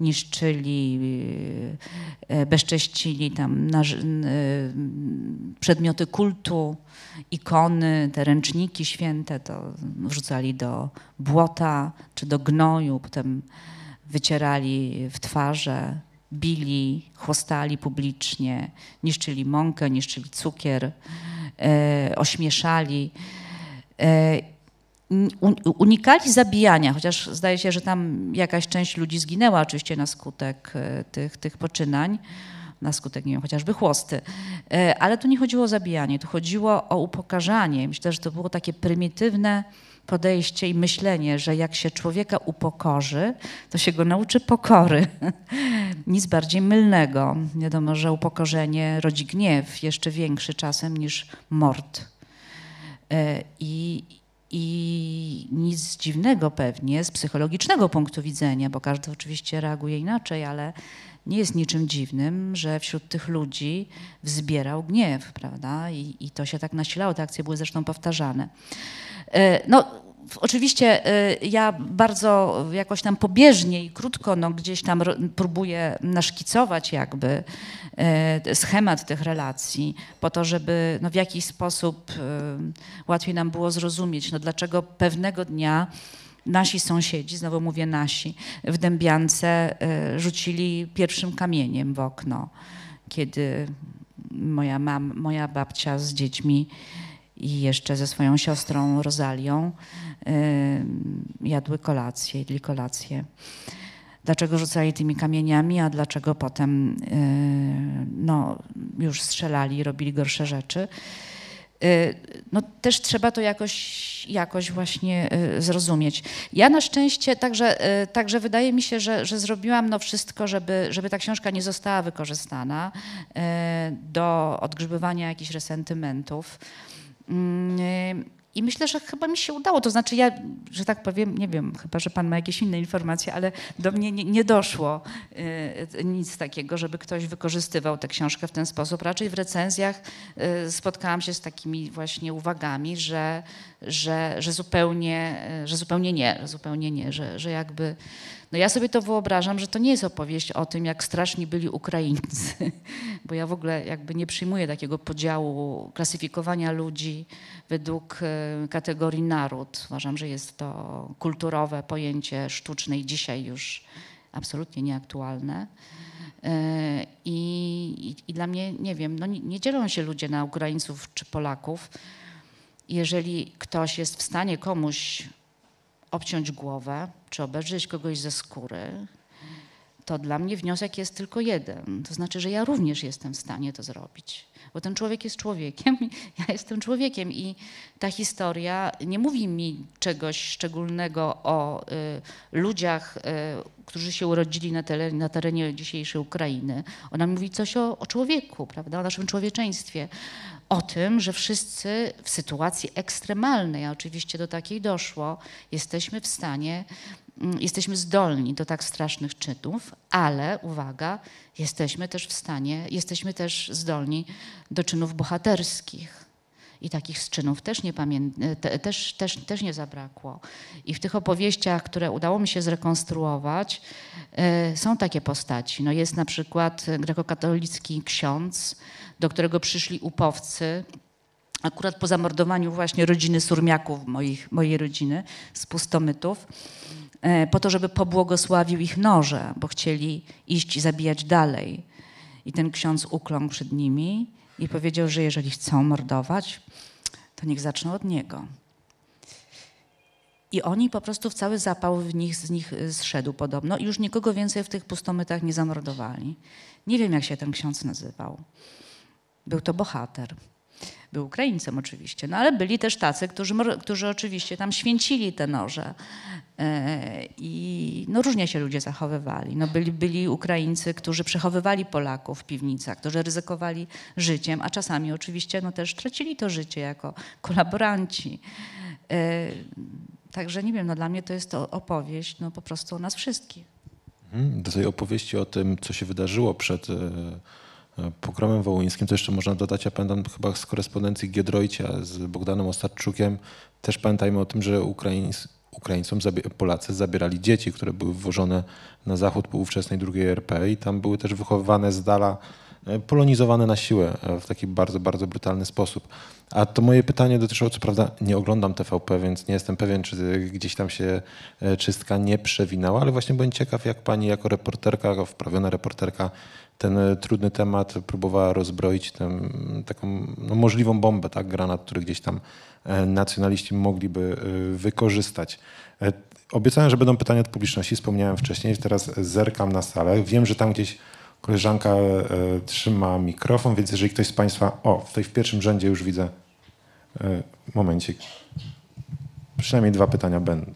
bezcześcili tam przedmioty kultu, ikony, te ręczniki święte to wrzucali do błota czy do gnoju, potem wycierali w twarze, bili, chłostali publicznie, niszczyli mąkę, niszczyli cukier, ośmieszali. Unikali zabijania, chociaż zdaje się, że tam jakaś część ludzi zginęła oczywiście na skutek tych poczynań, na skutek, nie wiem, chociażby chłosty. Ale tu nie chodziło o zabijanie, tu chodziło o upokarzanie. Myślę, że to było takie prymitywne podejście i myślenie, że jak się człowieka upokorzy, to się go nauczy pokory. Nic bardziej mylnego. Wiadomo, że upokorzenie rodzi gniew jeszcze większy czasem niż mord. I nic dziwnego pewnie z psychologicznego punktu widzenia, bo każdy oczywiście reaguje inaczej, ale nie jest niczym dziwnym, że wśród tych ludzi wzbierał gniew, prawda? I to się tak nasilało, te akcje były zresztą powtarzane. No, oczywiście ja bardzo jakoś tam pobieżnie i krótko gdzieś tam próbuję naszkicować jakby schemat tych relacji po to, żeby w jakiś sposób łatwiej nam było zrozumieć, dlaczego pewnego dnia nasi sąsiedzi, znowu mówię nasi, w Dębiance rzucili pierwszym kamieniem w okno, kiedy moja babcia z dziećmi i jeszcze ze swoją siostrą Rozalią jedli kolację. Dlaczego rzucali tymi kamieniami, a dlaczego potem już strzelali i robili gorsze rzeczy? No też trzeba to jakoś właśnie zrozumieć. Ja na szczęście także wydaje mi się, że zrobiłam wszystko, żeby ta książka nie została wykorzystana do odgrzebywania jakichś resentymentów. I myślę, że chyba mi się udało. To znaczy ja, że tak powiem, nie wiem, chyba że pan ma jakieś inne informacje, ale do mnie nie doszło nic takiego, żeby ktoś wykorzystywał tę książkę w ten sposób. Raczej w recenzjach spotkałam się z takimi właśnie uwagami, że zupełnie nie, że jakby... No ja sobie to wyobrażam, że to nie jest opowieść o tym, jak straszni byli Ukraińcy, bo ja w ogóle jakby nie przyjmuję takiego podziału, klasyfikowania ludzi według kategorii naród. Uważam, że jest to kulturowe pojęcie sztuczne i dzisiaj już absolutnie nieaktualne. I dla mnie, nie wiem, no nie dzielą się ludzie na Ukraińców czy Polaków. Jeżeli ktoś jest w stanie komuś obciąć głowę, czy obedrzeć kogoś ze skóry, to dla mnie wniosek jest tylko jeden. To znaczy, że ja również jestem w stanie to zrobić. Bo ten człowiek jest człowiekiem, ja jestem człowiekiem i ta historia nie mówi mi czegoś szczególnego o ludziach, którzy się urodzili na terenie dzisiejszej Ukrainy. Ona mówi coś o człowieku, prawda? O naszym człowieczeństwie. O tym, że wszyscy w sytuacji ekstremalnej, a oczywiście do takiej doszło, jesteśmy w stanie, jesteśmy zdolni do tak strasznych czynów, ale uwaga, jesteśmy też zdolni do czynów bohaterskich. I takich czynów też nie zabrakło. I w tych opowieściach, które udało mi się zrekonstruować, są takie postaci. No jest na przykład grekokatolicki ksiądz, do którego przyszli upowcy, akurat po zamordowaniu właśnie rodziny Surmiaków, mojej rodziny, z Pustomytów, po to, żeby pobłogosławił ich noże, bo chcieli iść i zabijać dalej. I ten ksiądz ukląkł przed nimi i powiedział, że jeżeli chcą mordować, to niech zaczną od niego. I oni po prostu w cały zapał z nich zszedł podobno i już nikogo więcej w tych Pustomytach nie zamordowali. Nie wiem, jak się ten ksiądz nazywał. Był to bohater. Był Ukraińcem oczywiście, no ale byli też tacy, którzy oczywiście tam święcili te noże. I no różnie się ludzie zachowywali. No byli Ukraińcy, którzy przechowywali Polaków w piwnicach, którzy ryzykowali życiem, a czasami oczywiście no też tracili to życie jako kolaboranci. Także nie wiem, no dla mnie to jest to opowieść no po prostu o nas wszystkich. Do tej opowieści o tym, co się wydarzyło przed pogromem wołyńskim, to jeszcze można dodać, ja pamiętam chyba z korespondencji Giedroycia z Bogdanem Ostarczukiem, też pamiętajmy o tym, że Polacy zabierali dzieci, które były wwożone na zachód po ówczesnej II RP i tam były też wychowywane z dala, polonizowane na siłę w taki bardzo, bardzo brutalny sposób. A to moje pytanie dotyczyło, co prawda nie oglądam TVP, więc nie jestem pewien, czy gdzieś tam się czystka nie przewinęła, ale właśnie byłem ciekaw, jak pani jako reporterka, wprawiona reporterka, ten trudny temat próbowała rozbroić taką no, możliwą bombę, tak, granat, który gdzieś tam nacjonaliści mogliby wykorzystać. Obiecałem, że będą pytania od publiczności, wspomniałem wcześniej, teraz zerkam na salę. Wiem, że tam gdzieś koleżanka trzyma mikrofon, więc jeżeli ktoś z państwa... tutaj w pierwszym rzędzie już widzę... Momencik. Przynajmniej 2 pytania będą.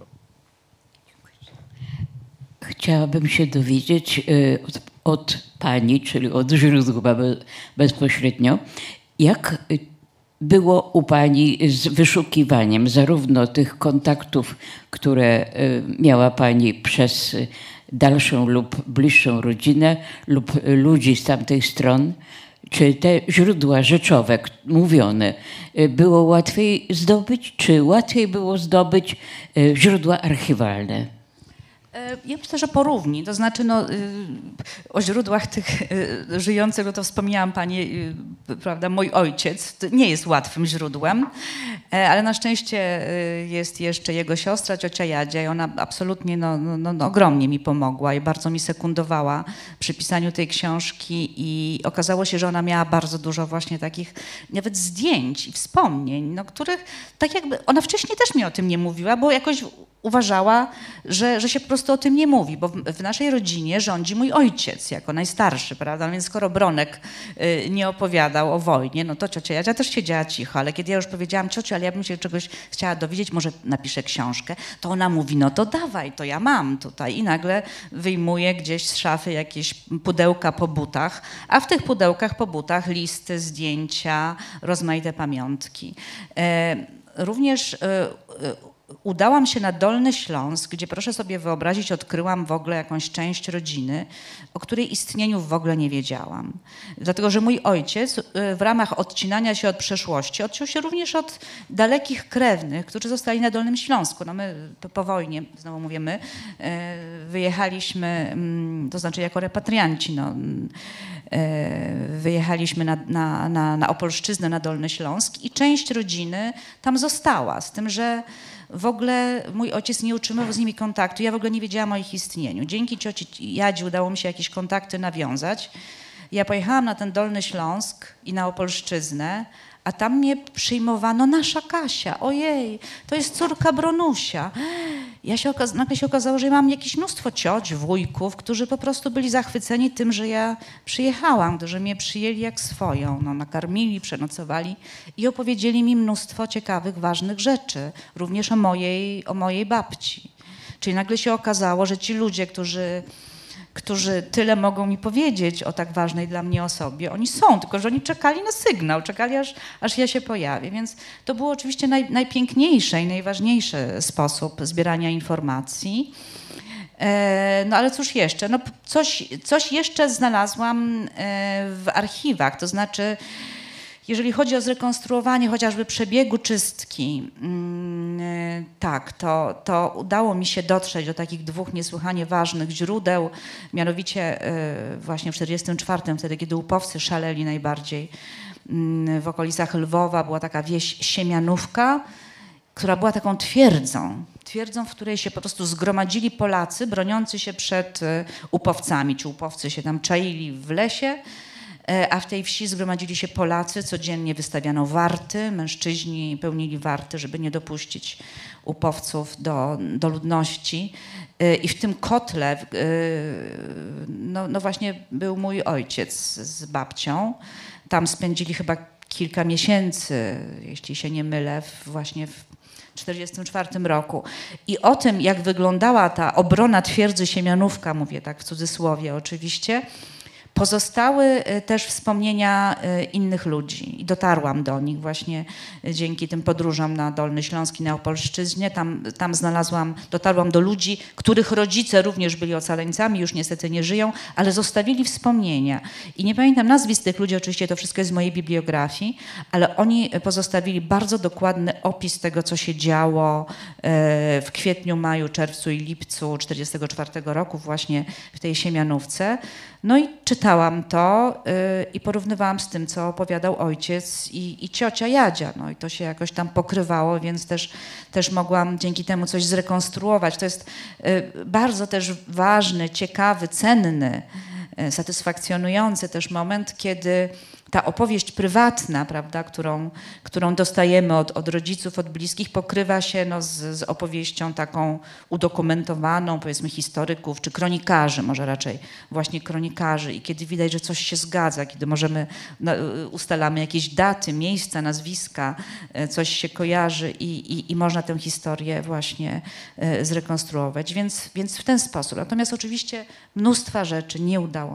Chciałabym się dowiedzieć od pani, czyli od źródła bezpośrednio, jak było u pani z wyszukiwaniem zarówno tych kontaktów, które miała pani przez dalszą lub bliższą rodzinę lub ludzi z tamtych stron, czy te źródła rzeczowe, mówione, było łatwiej zdobyć, czy łatwiej było zdobyć źródła archiwalne? Ja myślę, że porówni. To znaczy no, o źródłach tych żyjących, no to wspomniałam pani, prawda, mój ojciec nie jest łatwym źródłem, ale na szczęście jest jeszcze jego siostra, ciocia Jadzia i ona absolutnie no, ogromnie mi pomogła i bardzo mi sekundowała przy pisaniu tej książki i okazało się, że ona miała bardzo dużo właśnie takich nawet zdjęć i wspomnień, no, których tak jakby, ona wcześniej też mi o tym nie mówiła, bo jakoś uważała, że się po prostu o tym nie mówi, bo w naszej rodzinie rządzi mój ojciec jako najstarszy, prawda? Więc skoro Bronek nie opowiadał o wojnie, no to ciocia Jadzia też siedziała cicho, ale kiedy ja już powiedziałam, ciociu, ale ja bym się czegoś chciała dowiedzieć, może napiszę książkę, to ona mówi, no to dawaj, to ja mam tutaj i nagle wyjmuje gdzieś z szafy jakieś pudełka po butach, a w tych pudełkach po butach listy, zdjęcia, rozmaite pamiątki. Również udałam się na Dolny Śląsk, gdzie proszę sobie wyobrazić, odkryłam w ogóle jakąś część rodziny, o której istnieniu w ogóle nie wiedziałam. Dlatego, że mój ojciec w ramach odcinania się od przeszłości odciął się również od dalekich krewnych, którzy zostali na Dolnym Śląsku. No my po wojnie, znowu mówię my, wyjechaliśmy, to znaczy jako repatrianci, no, wyjechaliśmy na Opolszczyznę, na Dolny Śląsk i część rodziny tam została, z tym, że w ogóle mój ojciec nie utrzymywał z nimi kontaktu. Ja w ogóle nie wiedziałam o ich istnieniu. Dzięki cioci Jadzi udało mi się jakieś kontakty nawiązać. Ja pojechałam na ten Dolny Śląsk i na Opolszczyznę, a tam mnie przyjmowano nasza Kasia. Ojej, to jest córka Bronusia. Nagle się okazało, że ja mam jakieś mnóstwo cioć, wujków, którzy po prostu byli zachwyceni tym, że ja przyjechałam, że mnie przyjęli jak swoją. No, nakarmili, przenocowali i opowiedzieli mi mnóstwo ciekawych, ważnych rzeczy. Również o mojej babci. Czyli nagle się okazało, że ci ludzie, którzy tyle mogą mi powiedzieć o tak ważnej dla mnie osobie, oni są, tylko że oni czekali na sygnał, czekali aż ja się pojawię. Więc to był oczywiście najpiękniejszy i najważniejszy sposób zbierania informacji. No ale cóż jeszcze? No, coś jeszcze znalazłam w archiwach, to znaczy jeżeli chodzi o zrekonstruowanie chociażby przebiegu czystki, tak, to udało mi się dotrzeć do takich dwóch niesłychanie ważnych źródeł, mianowicie właśnie w 1944, wtedy kiedy upowcy szaleli najbardziej w okolicach Lwowa, była taka wieś Siemianówka, która była taką twierdzą, w której się po prostu zgromadzili Polacy broniący się przed upowcami. Ci upowcy się tam czaili w lesie, a w tej wsi zgromadzili się Polacy, codziennie wystawiano warty, mężczyźni pełnili warty, żeby nie dopuścić upowców do ludności. I w tym kotle no właśnie był mój ojciec z babcią. Tam spędzili chyba kilka miesięcy, jeśli się nie mylę, właśnie w 1944 roku. I o tym, jak wyglądała ta obrona twierdzy Siemianówka, mówię tak w cudzysłowie oczywiście, pozostały też wspomnienia innych ludzi i dotarłam do nich właśnie dzięki tym podróżom na Dolny Śląsk i na Opolszczyźnie. Tam dotarłam do ludzi, których rodzice również byli ocaleńcami, już niestety nie żyją, ale zostawili wspomnienia. I nie pamiętam nazwisk tych ludzi, oczywiście to wszystko jest z mojej bibliografii, ale oni pozostawili bardzo dokładny opis tego, co się działo w kwietniu, maju, czerwcu i lipcu 1944 roku właśnie w tej Siemianówce. No i czytałam to i porównywałam z tym, co opowiadał ojciec i ciocia Jadzia. No i to się jakoś tam pokrywało, więc też mogłam dzięki temu coś zrekonstruować. To jest bardzo też ważny, ciekawy, cenny, satysfakcjonujący też moment, kiedy ta opowieść prywatna, prawda, którą dostajemy od rodziców, od bliskich, pokrywa się no, z opowieścią taką udokumentowaną, powiedzmy historyków czy kronikarzy, może raczej właśnie kronikarzy. I kiedy widać, że coś się zgadza, kiedy ustalamy jakieś daty, miejsca, nazwiska, coś się kojarzy i można tę historię właśnie zrekonstruować. Więc w ten sposób. Natomiast oczywiście mnóstwa rzeczy nie udało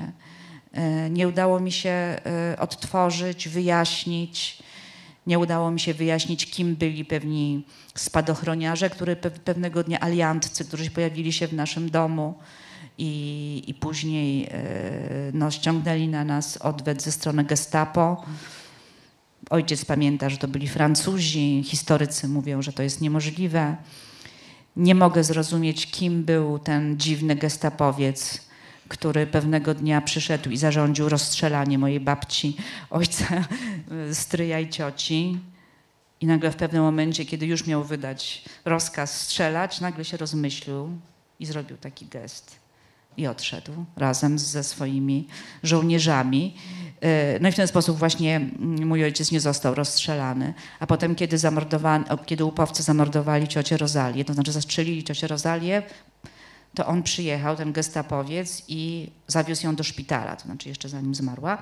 mi się odtworzyć, wyjaśnić. Nie udało mi się wyjaśnić, kim byli pewni spadochroniarze, pewnego dnia aliantcy, którzy pojawili się w naszym domu i później no, ściągnęli na nas odwet ze strony Gestapo. Ojciec pamięta, że to byli Francuzi. Historycy mówią, że to jest niemożliwe. Nie mogę zrozumieć, kim był ten dziwny gestapowiec, który pewnego dnia przyszedł i zarządził rozstrzelanie mojej babci, ojca, stryja i cioci. I nagle w pewnym momencie, kiedy już miał wydać rozkaz strzelać, nagle się rozmyślił i zrobił taki gest. I odszedł razem ze swoimi żołnierzami. No i w ten sposób właśnie mój ojciec nie został rozstrzelany. A potem, kiedy upowcy zamordowali ciocię Rozalię, to znaczy zastrzelili ciocię Rozalię, to on przyjechał, ten gestapowiec, i zawiózł ją do szpitala, to znaczy jeszcze zanim zmarła.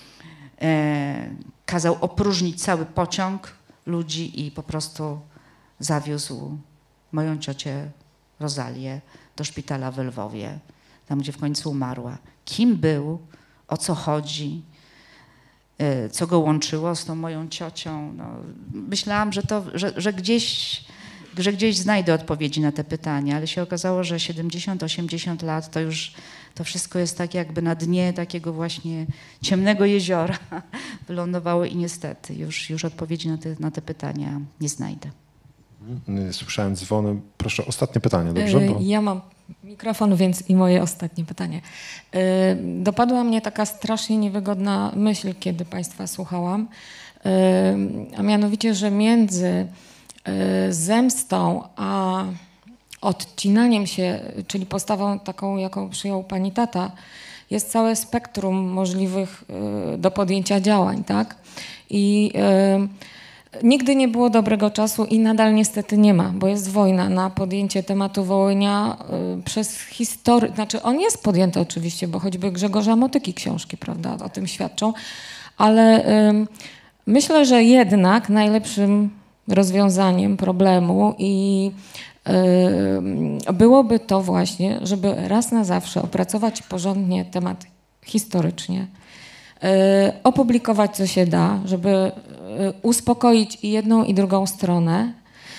Kazał opróżnić cały pociąg ludzi i po prostu zawiózł moją ciocię Rozalię do szpitala w Lwowie, tam gdzie w końcu umarła. Kim był, o co chodzi, co go łączyło z tą moją ciocią. No, myślałam, że gdzieś znajdę odpowiedzi na te pytania, ale się okazało, że 70-80 lat to wszystko jest tak jakby na dnie takiego właśnie ciemnego jeziora wylądowało i niestety już odpowiedzi na te pytania nie znajdę. Słyszałem dzwony. Proszę, ostatnie pytanie, dobrze? Ja mam mikrofon, więc i moje ostatnie pytanie. Dopadła mnie taka strasznie niewygodna myśl, kiedy Państwa słuchałam, a mianowicie, że między zemstą a odcinaniem się, czyli postawą taką, jaką przyjął Pani tata, jest całe spektrum możliwych do podjęcia działań, tak? I nigdy nie było dobrego czasu i nadal niestety nie ma, bo jest wojna na podjęcie tematu Wołynia przez historię. Znaczy on jest podjęty oczywiście, bo choćby Grzegorza Motyki książki, prawda, o tym świadczą, ale myślę, że jednak najlepszym rozwiązaniem problemu i byłoby to właśnie, żeby raz na zawsze opracować porządnie temat historycznie, opublikować co się da, żeby uspokoić i jedną i drugą stronę,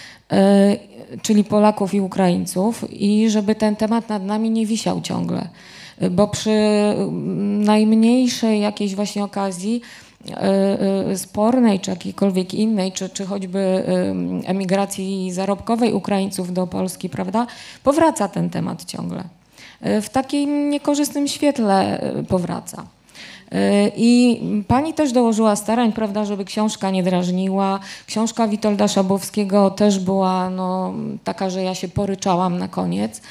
czyli Polaków i Ukraińców, i żeby ten temat nad nami nie wisiał ciągle, bo przy najmniejszej jakiejś właśnie okazji spornej, czy jakiejkolwiek innej, czy choćby emigracji zarobkowej Ukraińców do Polski, prawda, powraca ten temat ciągle. W takim niekorzystnym świetle powraca. I Pani też dołożyła starań, prawda, żeby książka nie drażniła. Książka Witolda Szabłowskiego też była no, taka, że ja się poryczałam na koniec.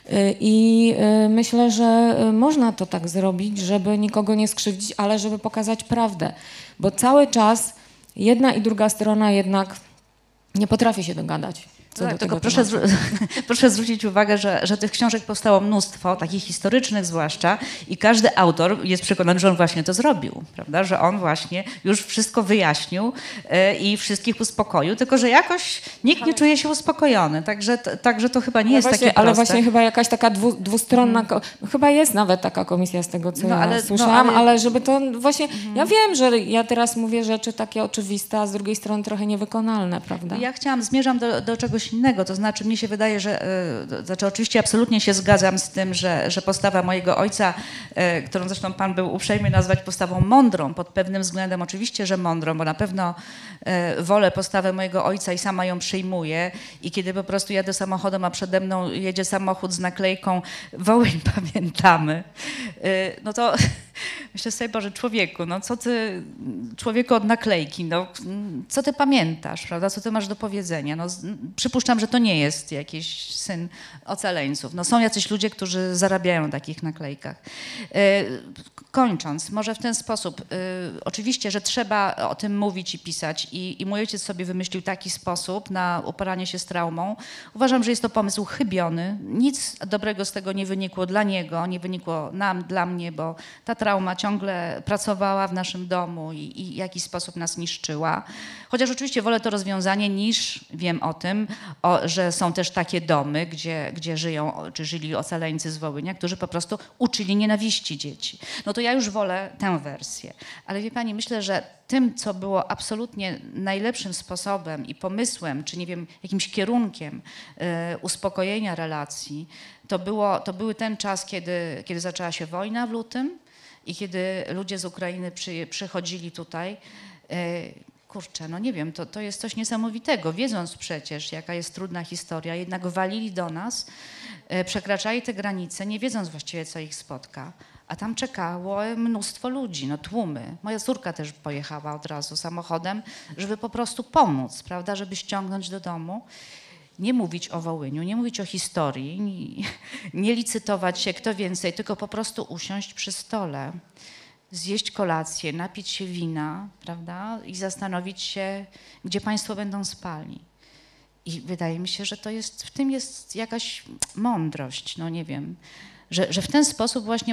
I myślę, że można to tak zrobić, żeby nikogo nie skrzywdzić, ale żeby pokazać prawdę. Bo cały czas jedna i druga strona jednak nie potrafi się dogadać. Tak, tylko proszę zwrócić uwagę, że tych książek powstało mnóstwo, takich historycznych zwłaszcza, i każdy autor jest przekonany, że on właśnie to zrobił, prawda? Że on właśnie już wszystko wyjaśnił i wszystkich uspokoił, tylko że jakoś nikt nie czuje się uspokojony, także to chyba nie jest takie proste. Ale właśnie chyba jakaś taka dwustronna, chyba jest nawet taka komisja z tego, co ja słyszałam, ale żeby to właśnie, ja wiem, że ja teraz mówię rzeczy takie oczywiste, a z drugiej strony trochę niewykonalne, prawda? Ja zmierzam do czegoś innego, to znaczy mnie się wydaje, że, oczywiście absolutnie się zgadzam z tym, że postawa mojego ojca, którą zresztą Pan był uprzejmy nazwać postawą mądrą, pod pewnym względem oczywiście, że mądrą, bo na pewno wolę postawę mojego ojca i sama ją przyjmuję, i kiedy po prostu jadę samochodem, a przede mną jedzie samochód z naklejką Wołyń pamiętamy, no to myślę sobie, Boże, człowieku, no co ty, człowieku od naklejki, no co ty pamiętasz, prawda, co ty masz do powiedzenia, no przypuszczam, że to nie jest jakiś syn ocaleńców, no są jacyś ludzie, którzy zarabiają na takich naklejkach. Kończąc, może w ten sposób, oczywiście, że trzeba o tym mówić i pisać, i mój ojciec sobie wymyślił taki sposób na uporanie się z traumą. Uważam, że jest to pomysł chybiony, nic dobrego z tego nie wynikło dla niego, nie wynikło dla mnie, bo ta trauma ciągle pracowała w naszym domu i w jakiś sposób nas niszczyła. Chociaż oczywiście wolę to rozwiązanie niż, wiem o tym, że są też takie domy, gdzie żyją, czy żyli ocaleńcy z Wołynia, którzy po prostu uczyli nienawiści dzieci. No to ja już wolę tę wersję. Ale wie Pani, myślę, że tym, co było absolutnie najlepszym sposobem i pomysłem, czy nie wiem, jakimś kierunkiem uspokojenia relacji, to był ten czas, kiedy zaczęła się wojna w lutym i kiedy ludzie z Ukrainy przychodzili tutaj. Kurczę, no nie wiem, to jest coś niesamowitego. Wiedząc przecież, jaka jest trudna historia, jednak walili do nas, przekraczali te granice, nie wiedząc właściwie, co ich spotka. A tam czekało mnóstwo ludzi, no tłumy. Moja córka też pojechała od razu samochodem, żeby po prostu pomóc, prawda, żeby ściągnąć do domu. Nie mówić o Wołyniu, nie mówić o historii, nie licytować się kto więcej, tylko po prostu usiąść przy stole, zjeść kolację, napić się wina, prawda, i zastanowić się, gdzie państwo będą spali. I wydaje mi się, że w tym jest jakaś mądrość, no nie wiem, że w ten sposób właśnie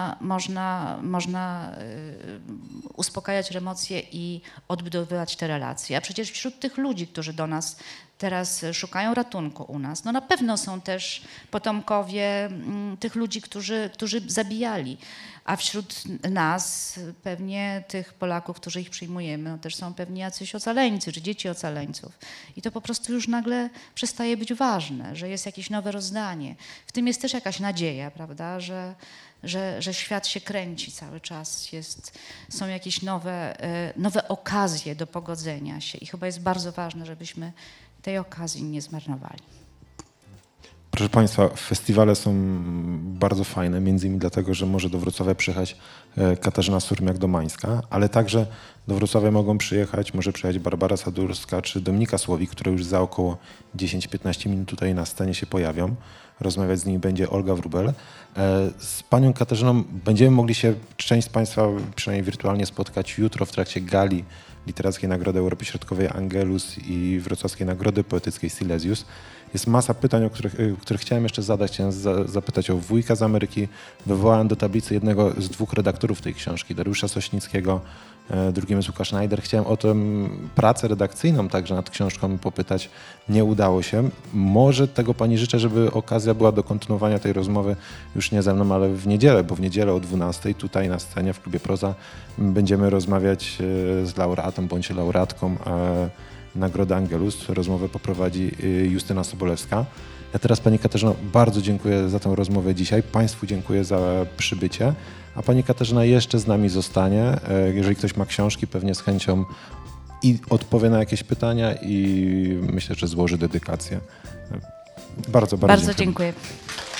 można uspokajać emocje i odbudowywać te relacje. A przecież wśród tych ludzi, którzy do nas teraz szukają ratunku u nas, no na pewno są też potomkowie tych ludzi, którzy zabijali. A wśród nas pewnie tych Polaków, którzy ich przyjmujemy, no też są pewnie jacyś ocaleńcy, czy dzieci ocaleńców. I to po prostu już nagle przestaje być ważne, że jest jakieś nowe rozdanie. W tym jest też jakaś nadzieja, prawda, że świat się kręci cały czas. Są jakieś nowe okazje do pogodzenia się. I chyba jest bardzo ważne, żebyśmy tej okazji nie zmarnowali. Proszę Państwa, festiwale są bardzo fajne, między innymi dlatego, że może do Wrocławia przyjechać Katarzyna Surmiak-Domańska, ale także do Wrocławia może przyjechać Barbara Sadurska czy Dominika Słowik, które już za około 10-15 minut tutaj na scenie się pojawią. Rozmawiać z nimi będzie Olga Wróbel. Z panią Katarzyną będziemy mogli się, część z Państwa przynajmniej wirtualnie spotkać jutro w trakcie gali Literackiej Nagrody Europy Środkowej Angelus i Wrocławskiej Nagrody Poetyckiej Silesius. Jest masa pytań, które chciałem jeszcze zadać. Chciałem zapytać o Wujka z Ameryki. Wywołałem do tablicy jednego z 2 redaktorów tej książki, Dariusza Sośnickiego, drugim jest Łukasz Schneider. Chciałem o tę pracę redakcyjną także nad książką popytać. Nie udało się. Może tego pani życzę, żeby okazja była do kontynuowania tej rozmowy już nie ze mną, ale w niedzielę, bo w niedzielę o 12:00 tutaj na scenie w Klubie Proza będziemy rozmawiać z laureatą bądź laureatką Nagrody Angelus. Rozmowę poprowadzi Justyna Sobolewska. Ja teraz pani Katarzyno bardzo dziękuję za tę rozmowę dzisiaj. Państwu dziękuję za przybycie. A pani Katarzyna jeszcze z nami zostanie. Jeżeli ktoś ma książki, pewnie z chęcią i odpowie na jakieś pytania i myślę, że złoży dedykację. Bardzo Bardzo dziękuję.